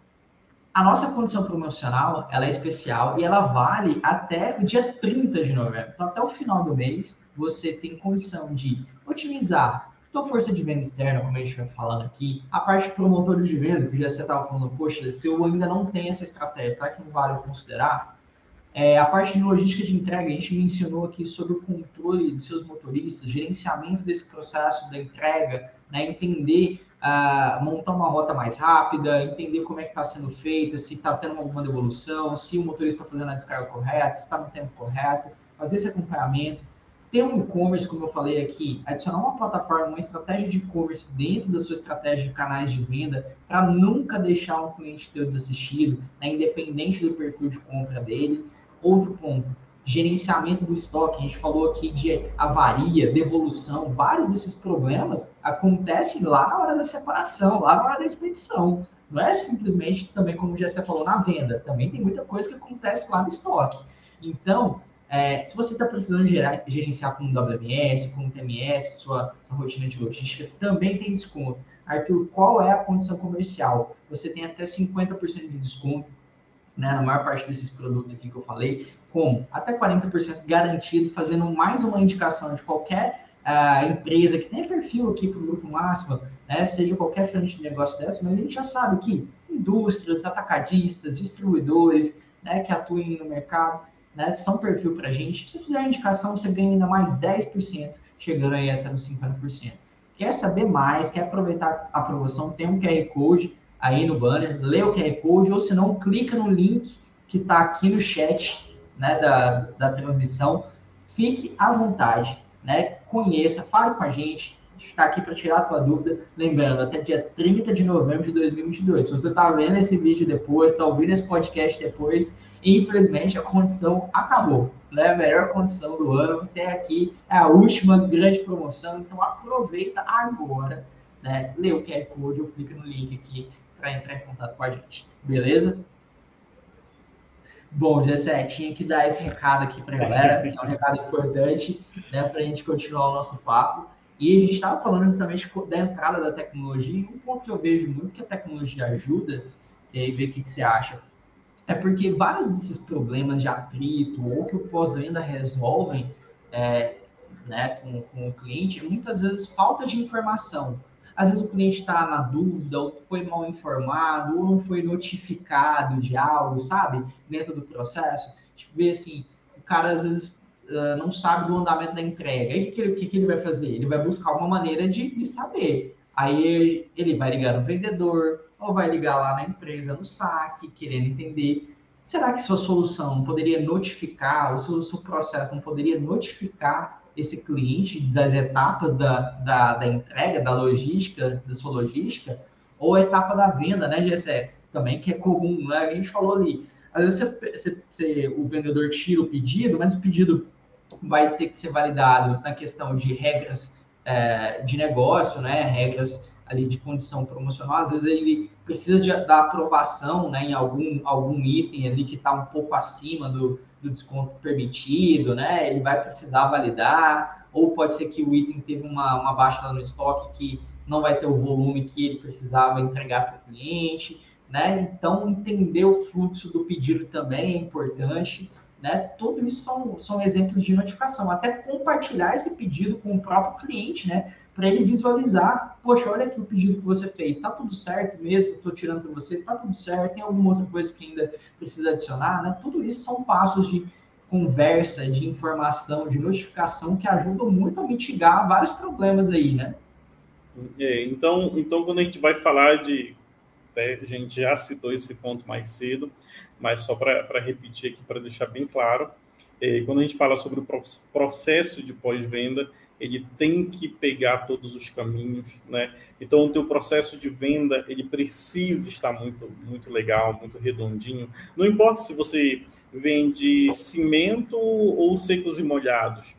a nossa condição promocional, ela é especial e ela vale até o dia trinta de novembro. Então, até o final do mês, você tem condição de otimizar a tua força de venda externa, como a gente vai falando aqui, a parte de promotores de venda, que já você estava falando, poxa, se eu ainda não tenho essa estratégia, será que não vale eu considerar? É, a parte de logística de entrega, a gente mencionou aqui sobre o controle dos seus motoristas, gerenciamento desse processo da entrega, né, entender, uh, montar uma rota mais rápida, entender como é que está sendo feita, se está tendo alguma devolução, se o motorista está fazendo a descarga correta, se está no tempo correto, fazer esse acompanhamento. Ter um e-commerce, como eu falei aqui, adicionar uma plataforma, uma estratégia de e-commerce dentro da sua estratégia de canais de venda, para nunca deixar um cliente teu desassistido, né, independente do perfil de compra dele. Outro ponto, gerenciamento do estoque. A gente falou aqui de avaria, devolução, vários desses problemas acontecem lá na hora da separação, lá na hora da expedição. Não é simplesmente também, como já você falou, na venda. Também tem muita coisa que acontece lá no estoque. Então, é, se você está precisando gerar, gerenciar com o W M S, com o T M S, sua, sua rotina de logística, também tem desconto. Arthur, qual é a condição comercial? Você tem até cinquenta por cento de desconto, né, na maior parte desses produtos aqui que eu falei, como até quarenta por cento garantido, fazendo mais uma indicação de qualquer uh, empresa que tenha perfil aqui para o Grupo Máxima, né, seja qualquer frente de negócio dessa, mas a gente já sabe que indústrias, atacadistas, distribuidores, né, que atuem no mercado, né, são perfil para a gente. Se fizer a indicação, você ganha ainda mais dez por cento, chegando aí até nos cinquenta por cento. Quer saber mais, quer aproveitar a promoção, tem um Q R Code aí no banner, lê o Q R Code, ou se não, clica no link que está aqui no chat, né, da, da transmissão. Fique à vontade, né, conheça, fale com a gente, a gente está aqui para tirar a tua dúvida. Lembrando, até dia trinta de novembro de dois mil e vinte e dois. Se você está vendo esse vídeo depois, está ouvindo esse podcast depois, infelizmente a condição acabou, né? A melhor condição do ano até aqui é a última grande promoção, então aproveita agora, né? Lê o Q R Code ou clica no link aqui para entrar em contato com a gente, beleza? Bom, Gessé, tinha que dar esse recado aqui para a galera, que é um recado importante, né, para a gente continuar o nosso papo. E a gente estava falando justamente da entrada da tecnologia, e um ponto que eu vejo muito que a tecnologia ajuda, e aí ver o que, que você acha, é porque vários desses problemas de atrito ou que o pós-venda resolvem é, né, com, com o cliente, muitas vezes falta de informação. Às vezes o cliente está na dúvida, ou foi mal informado, ou não foi notificado de algo, sabe? Dentro do processo. Tipo, ver assim, o cara às vezes uh, não sabe do andamento da entrega. Aí o que, que, que ele vai fazer? Ele vai buscar uma maneira de, de saber. Aí ele vai ligar no vendedor, ou vai ligar lá na empresa, no saque, querendo entender. Será que sua solução não poderia notificar, o seu, seu processo não poderia notificar esse cliente das etapas da, da, da entrega, da logística, da sua logística, ou a etapa da venda, né, Gessé? Também que é comum, né? A gente falou ali, às vezes você, você, você, o vendedor tira o pedido, mas o pedido vai ter que ser validado na questão de regras é, de negócio, né? Regras ali de condição promocional, às vezes ele precisa de, da aprovação, né, em algum, algum item ali que está um pouco acima do, do desconto permitido, né, ele vai precisar validar, ou pode ser que o item teve uma, uma baixa lá no estoque que não vai ter o volume que ele precisava entregar para o cliente, né, então entender o fluxo do pedido também é importante, né, tudo isso são, são exemplos de notificação, até compartilhar esse pedido com o próprio cliente, né, para ele visualizar, poxa, olha aqui o pedido que você fez, tá tudo certo mesmo, estou tirando para você, tá tudo certo, tem alguma outra coisa que ainda precisa adicionar, né? Tudo isso são passos de conversa, de informação, de notificação que ajudam muito a mitigar vários problemas aí, né? É, então, então, quando a gente vai falar de... Né, a gente já citou esse ponto mais cedo, mas só para repetir aqui, para deixar bem claro, é, quando a gente fala sobre o processo de pós-venda, ele tem que pegar todos os caminhos, né? Então, o teu processo de venda, ele precisa estar muito, muito legal, muito redondinho. Não importa se você vende cimento ou secos e molhados.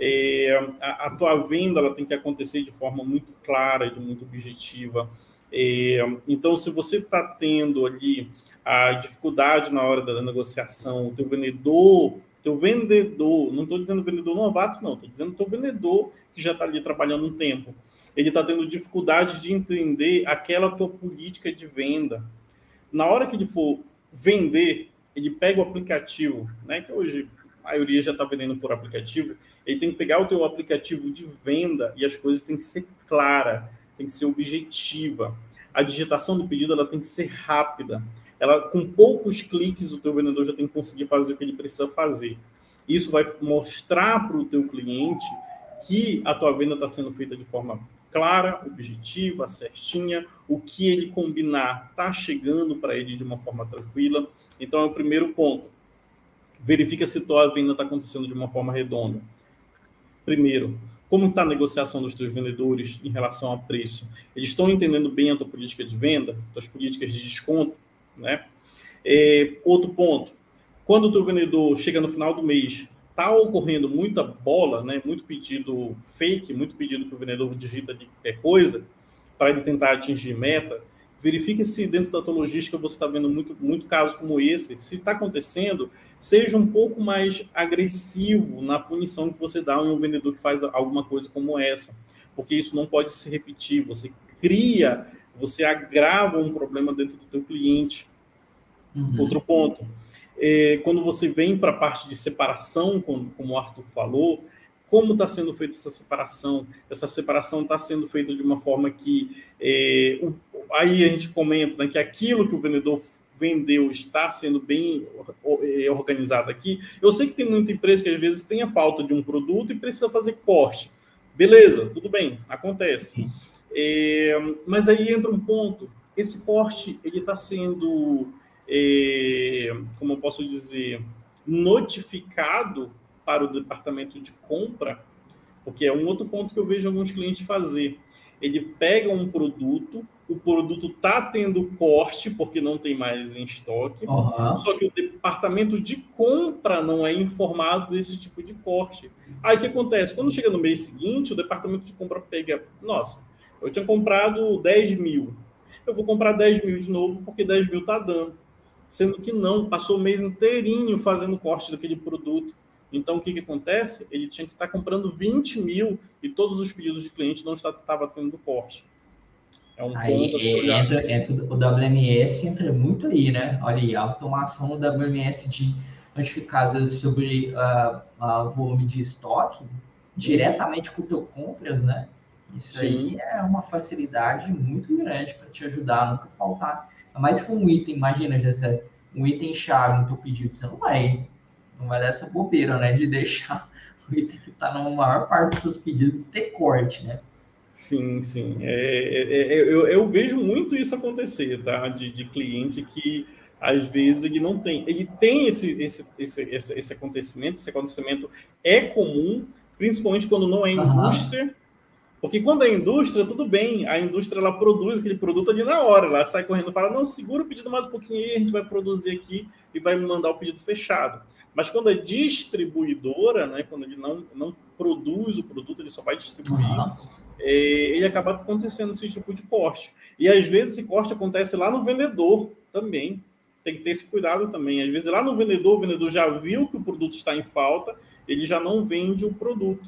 É, a, a tua venda, ela tem que acontecer de forma muito clara, de muito objetiva. É, então, se você está tendo ali a dificuldade na hora da negociação, o teu vendedor... Teu vendedor, não estou dizendo vendedor novato, não, estou dizendo teu vendedor que já está ali trabalhando um tempo. Ele está tendo dificuldade de entender aquela tua política de venda. Na hora que ele for vender, ele pega o aplicativo, né, que hoje a maioria já está vendendo por aplicativo, ele tem que pegar o teu aplicativo de venda e as coisas têm que ser claras, tem que ser objetiva. A digitação do pedido ela tem que ser rápida. Ela, com poucos cliques, o teu vendedor já tem que conseguir fazer o que ele precisa fazer. Isso vai mostrar para o teu cliente que a tua venda está sendo feita de forma clara, objetiva, certinha, o que ele combinar está chegando para ele de uma forma tranquila. Então, é o primeiro ponto. Verifica se a tua venda está acontecendo de uma forma redonda. Primeiro, como está a negociação dos teus vendedores em relação a preço? Eles estão entendendo bem a tua política de venda, tuas políticas de desconto? Né? É, outro ponto, quando o teu vendedor chega no final do mês, está ocorrendo muita bola, né? Muito pedido fake, muito pedido que o vendedor digita de qualquer coisa, para ele tentar atingir meta, verifique se dentro da tua logística você está vendo muito, muito caso como esse. Se está acontecendo, seja um pouco mais agressivo na punição que você dá a um vendedor que faz alguma coisa como essa, porque isso não pode se repetir, você cria... você agrava um problema dentro do teu cliente. Uhum. Outro ponto, é, quando você vem para a parte de separação, como, como o Arthur falou, como está sendo feita essa separação? Essa separação está sendo feita de uma forma que, é, o, aí a gente comenta, né, que aquilo que o vendedor vendeu está sendo bem organizado aqui. Eu sei que tem muita empresa que às vezes tem a falta de um produto e precisa fazer corte. Beleza, tudo bem, acontece. Sim. É, mas aí entra um ponto, esse corte ele está sendo, é, como eu posso dizer, notificado para o departamento de compra, porque é um outro ponto que eu vejo alguns clientes fazer. Ele pega um produto, o produto está tendo corte, porque não tem mais em estoque, uhum. Só que o departamento de compra não é informado desse tipo de corte. Aí o que acontece? Quando chega no mês seguinte, o departamento de compra pega, nossa, eu tinha comprado dez mil. Eu vou comprar dez mil de novo, porque dez mil está dando. Sendo que não, passou o mês inteirinho fazendo corte daquele produto. Então, o que, que acontece? Ele tinha que estar comprando vinte mil e todos os pedidos de cliente não estavam tendo corte. É um aí, ponto a se olhar. Entra, entra, o W M S entra muito aí, né? Olha aí, a automação do W M S de notificar, às vezes, sobre o uh, uh, volume de estoque, diretamente com o teu compras, né? Isso Sim. aí é uma facilidade muito grande para te ajudar a nunca faltar. Mas com um item, imagina, já um item-chave no teu pedido, você não vai, não vai dar essa bobeira, né? De deixar o item que está na maior parte dos seus pedidos ter corte, né? Sim, sim. É, é, é, eu, eu vejo muito isso acontecer, tá? De, de cliente que, às vezes, ele não tem. Ele tem esse, esse, esse, esse, esse acontecimento, esse acontecimento é comum, principalmente quando não é indústria, uhum. Porque quando a indústria, tudo bem, a indústria ela produz aquele produto ali na hora, ela sai correndo e fala, não, segura o pedido mais um pouquinho aí, a gente vai produzir aqui e vai me mandar o pedido fechado. Mas quando a distribuidora, né, quando ele não, não produz o produto, ele só vai distribuir, uhum. é, ele acaba acontecendo esse tipo de corte. E às vezes esse corte acontece lá no vendedor também. Tem que ter esse cuidado também. Às vezes lá no vendedor, o vendedor já viu que o produto está em falta, ele já não vende o produto.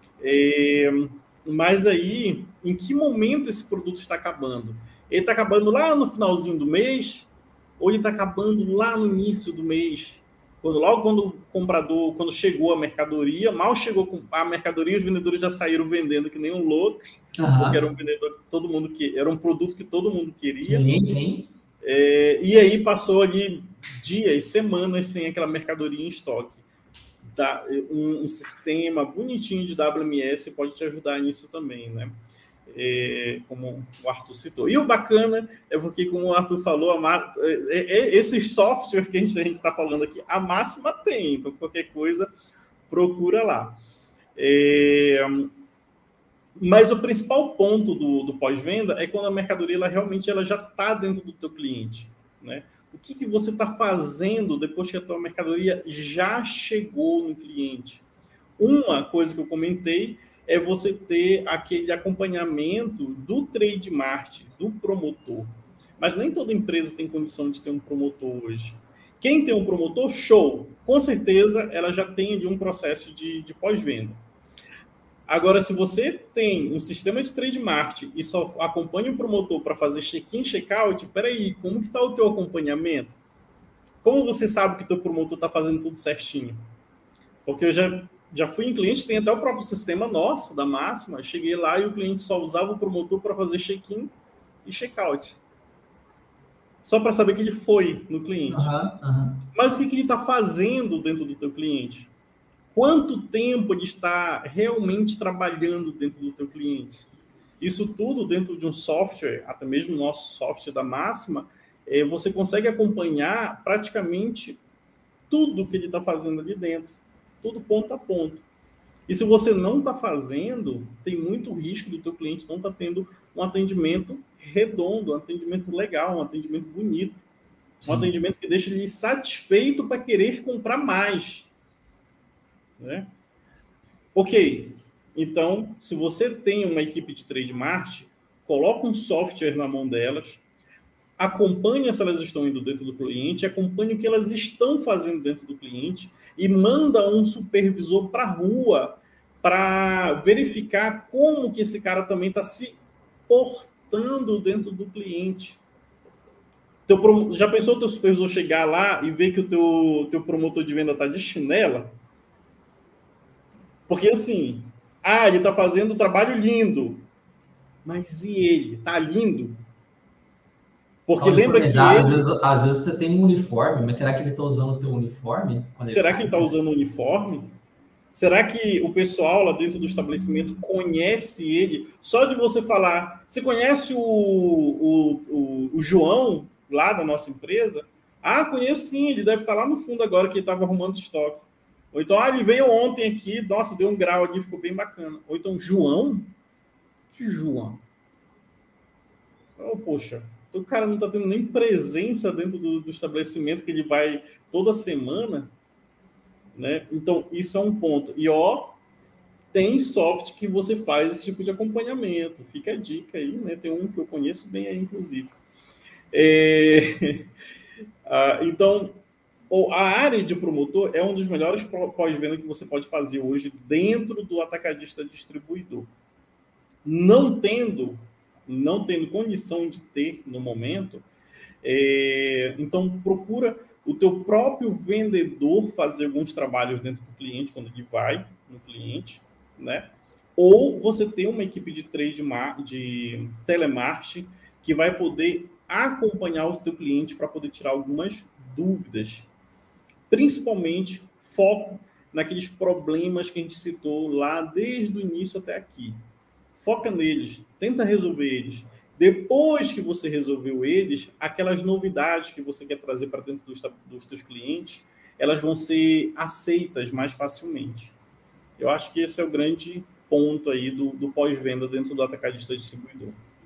É, mas aí, em que momento esse produto está acabando? Ele está acabando lá no finalzinho do mês, ou ele está acabando lá no início do mês? Quando, logo quando o comprador, quando chegou a mercadoria, mal chegou a mercadoria, os vendedores já saíram vendendo que nem um louco, uhum. porque era um vendedor que todo mundo que era um produto que todo mundo queria. Sim, sim. É, e aí passou ali dias, semanas sem aquela mercadoria em estoque. Da, um, um sistema bonitinho de W M S pode te ajudar nisso também, né? É, como o Arthur citou. E o bacana é porque, como o Arthur falou, a, é, é, esses softwares que a gente está falando aqui, a Máxima tem, então qualquer coisa, procura lá. É, mas o principal ponto do, do pós-venda é quando a mercadoria ela, realmente ela já está dentro do teu cliente, né? O que, que você está fazendo depois que a tua mercadoria já chegou no cliente? Uma coisa que eu comentei é você ter aquele acompanhamento do trade mart, do promotor. Mas nem toda empresa tem condição de ter um promotor hoje. Quem tem um promotor, show! Com certeza, ela já tem ali um processo de, de pós-venda. Agora, se você tem um sistema de trade mart e só acompanha o promotor para fazer check-in, check-out, peraí, como que está o teu acompanhamento? Como você sabe que o teu promotor está fazendo tudo certinho? Porque eu já... Já fui em cliente, tem até o próprio sistema nosso, da Máxima. Cheguei lá e o cliente só usava o promotor para fazer check-in e check-out. Só para saber que ele foi no cliente. Uhum, uhum. Mas o que, que ele está fazendo dentro do teu cliente? Quanto tempo ele está realmente trabalhando dentro do teu cliente? Isso tudo dentro de um software, até mesmo o nosso software da Máxima, é, você consegue acompanhar praticamente tudo que ele está fazendo ali dentro. Tudo ponto a ponto. E se você não está fazendo, tem muito risco do teu cliente não estar tá tendo um atendimento redondo, um atendimento legal, um atendimento bonito. Sim. Um atendimento que deixa ele satisfeito para querer comprar mais. Né? Ok. Então, se você tem uma equipe de trade mart, coloca um software na mão delas, acompanha se elas estão indo dentro do cliente, acompanha o que elas estão fazendo dentro do cliente, e manda um supervisor para a rua para verificar como que esse cara também está se portando dentro do cliente. Teu, já pensou o teu supervisor chegar lá e ver que o teu, teu promotor de venda está de chinela? Porque assim, ah, ele está fazendo um trabalho lindo, mas e ele? Está lindo? Porque lembra que ele... às, vezes, às vezes você tem um uniforme, mas será que ele está usando o teu uniforme? Será ele... que ele está usando o uniforme? Será que o pessoal lá dentro do estabelecimento conhece ele? Só de você falar, você conhece o, o, o, o João lá da nossa empresa? Ah, conheço sim, ele deve estar lá no fundo agora que ele estava arrumando estoque. Ou então, ah, ele veio ontem aqui, nossa, deu um grau aqui, ficou bem bacana. Ou então, João? Que João? Oh, poxa... O cara não está tendo nem presença dentro do, do estabelecimento que ele vai toda semana, né? Então, isso é um ponto. E, ó, tem software que você faz esse tipo de acompanhamento. Fica a dica aí, né? Tem um que eu conheço bem aí, inclusive. É... ah, então, a área de promotor é um dos melhores pós-venda que você pode fazer hoje dentro do atacadista distribuidor. Não tendo... não tendo condição de ter no momento, é, então procura o teu próprio vendedor fazer alguns trabalhos dentro do cliente, quando ele vai no cliente, né? Ou você tem uma equipe de trade de telemarketing que vai poder acompanhar o teu cliente para poder tirar algumas dúvidas. Principalmente, foco naqueles problemas que a gente citou lá desde o início até aqui. Foca neles, tenta resolver eles. Depois que você resolveu eles, aquelas novidades que você quer trazer para dentro dos, dos teus clientes, elas vão ser aceitas mais facilmente. Eu acho que esse é o grande ponto aí do, do pós-venda dentro do atacadista distribuidor.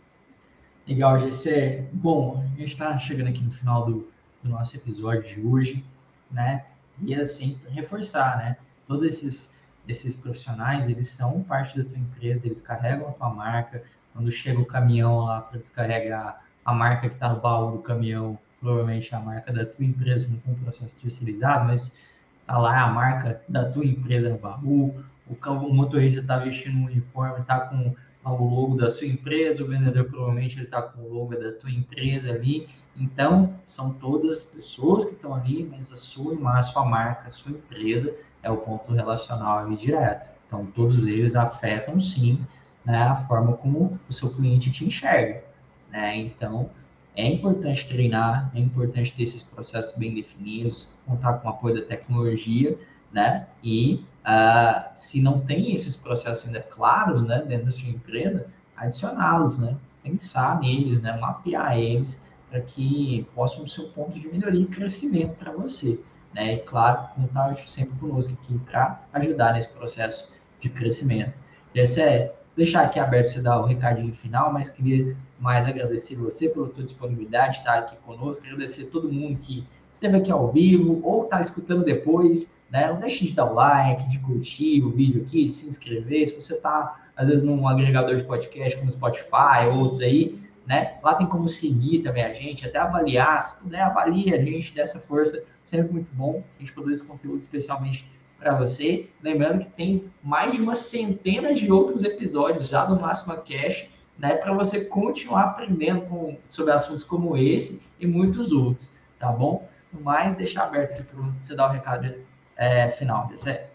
Legal, G C. Bom, a gente está chegando aqui no final do, do nosso episódio de hoje, né? E assim, reforçar, né? Todos esses, esses profissionais, eles são parte da tua empresa, eles carregam a tua marca. Quando chega o caminhão lá para descarregar a marca que está no baú do caminhão, provavelmente é a marca da tua empresa, não com um processo terceirizado, mas tá lá a marca da tua empresa no baú. O, o motorista está vestindo um uniforme, está com o logo da sua empresa, o vendedor provavelmente ele está com o logo da tua empresa ali. Então, são todas pessoas que estão ali, mas a sua imagem, a sua marca, a sua empresa é o ponto relacional ali direto. Então, todos eles afetam, sim, né, a forma como o seu cliente te enxerga, né? Então, é importante treinar, é importante ter esses processos bem definidos, contar com o apoio da tecnologia, né? E uh, se não tem esses processos ainda claros, né, dentro da sua empresa, adicioná-los, né? Pensar neles, né? Mapear eles para que possam ser um ponto de melhoria e crescimento para você, né? E claro, contar sempre conosco aqui para ajudar nesse processo de crescimento. Esse é deixar aqui aberto para você dar o recadinho final, mas queria mais agradecer você pela tua disponibilidade de estar aqui conosco, agradecer a todo mundo que esteve aqui ao vivo ou está escutando depois, né? Não deixe de dar o like, de curtir o vídeo aqui, de se inscrever. Se você está, às vezes, num agregador de podcast como Spotify ou outros aí, né? Lá tem como seguir também a gente, até avaliar, se puder, avalie a gente, dessa força, sempre muito bom a gente produzir esse conteúdo especialmente para você. Lembrando que tem mais de uma centena de outros episódios já do Máxima Cash, né, para você continuar aprendendo com, sobre assuntos como esse e muitos outros, tá bom? No mais, deixar aberto aqui para você dar o recado é, final, Jessé.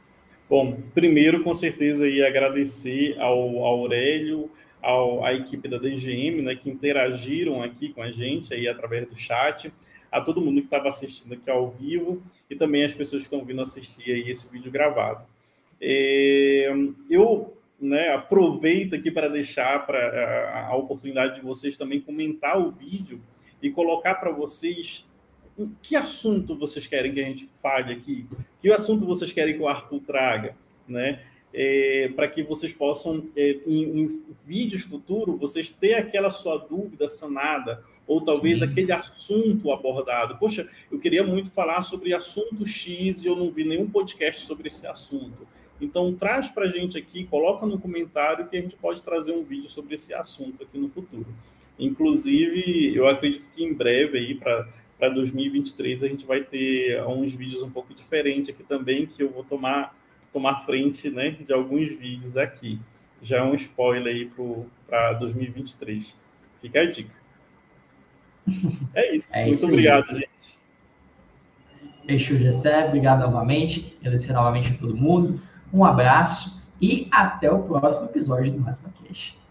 Bom, primeiro, com certeza, ia agradecer ao Aurélio, ao, à equipe da D G M, né, que interagiram aqui com a gente aí através do chat, a todo mundo que estava assistindo aqui ao vivo e também as pessoas que estão vindo assistir aí esse vídeo gravado. É, eu né, aproveito aqui para deixar pra, a, a oportunidade de vocês também comentar o vídeo e colocar para vocês que assunto vocês querem que a gente fale aqui, que assunto vocês querem que o Arthur traga, né? É, para que vocês possam, é, em, em vídeos futuros, vocês ter aquela sua dúvida sanada, ou talvez Sim. aquele assunto abordado. Poxa, eu queria muito falar sobre assunto X e eu não vi nenhum podcast sobre esse assunto. Então, traz para a gente aqui, coloca no comentário que a gente pode trazer um vídeo sobre esse assunto aqui no futuro. Inclusive, eu acredito que em breve, aí para para dois mil e vinte e três, a gente vai ter uns vídeos um pouco diferentes aqui também, que eu vou tomar, tomar frente, né, de alguns vídeos aqui. Já é um spoiler aí para dois mil e vinte e três. Fica a dica. É isso. É Muito isso obrigado, aí. gente. Fechou, Jessé. Obrigado novamente. Agradecer novamente a todo mundo. Um abraço e até o próximo episódio do Máxima Cash.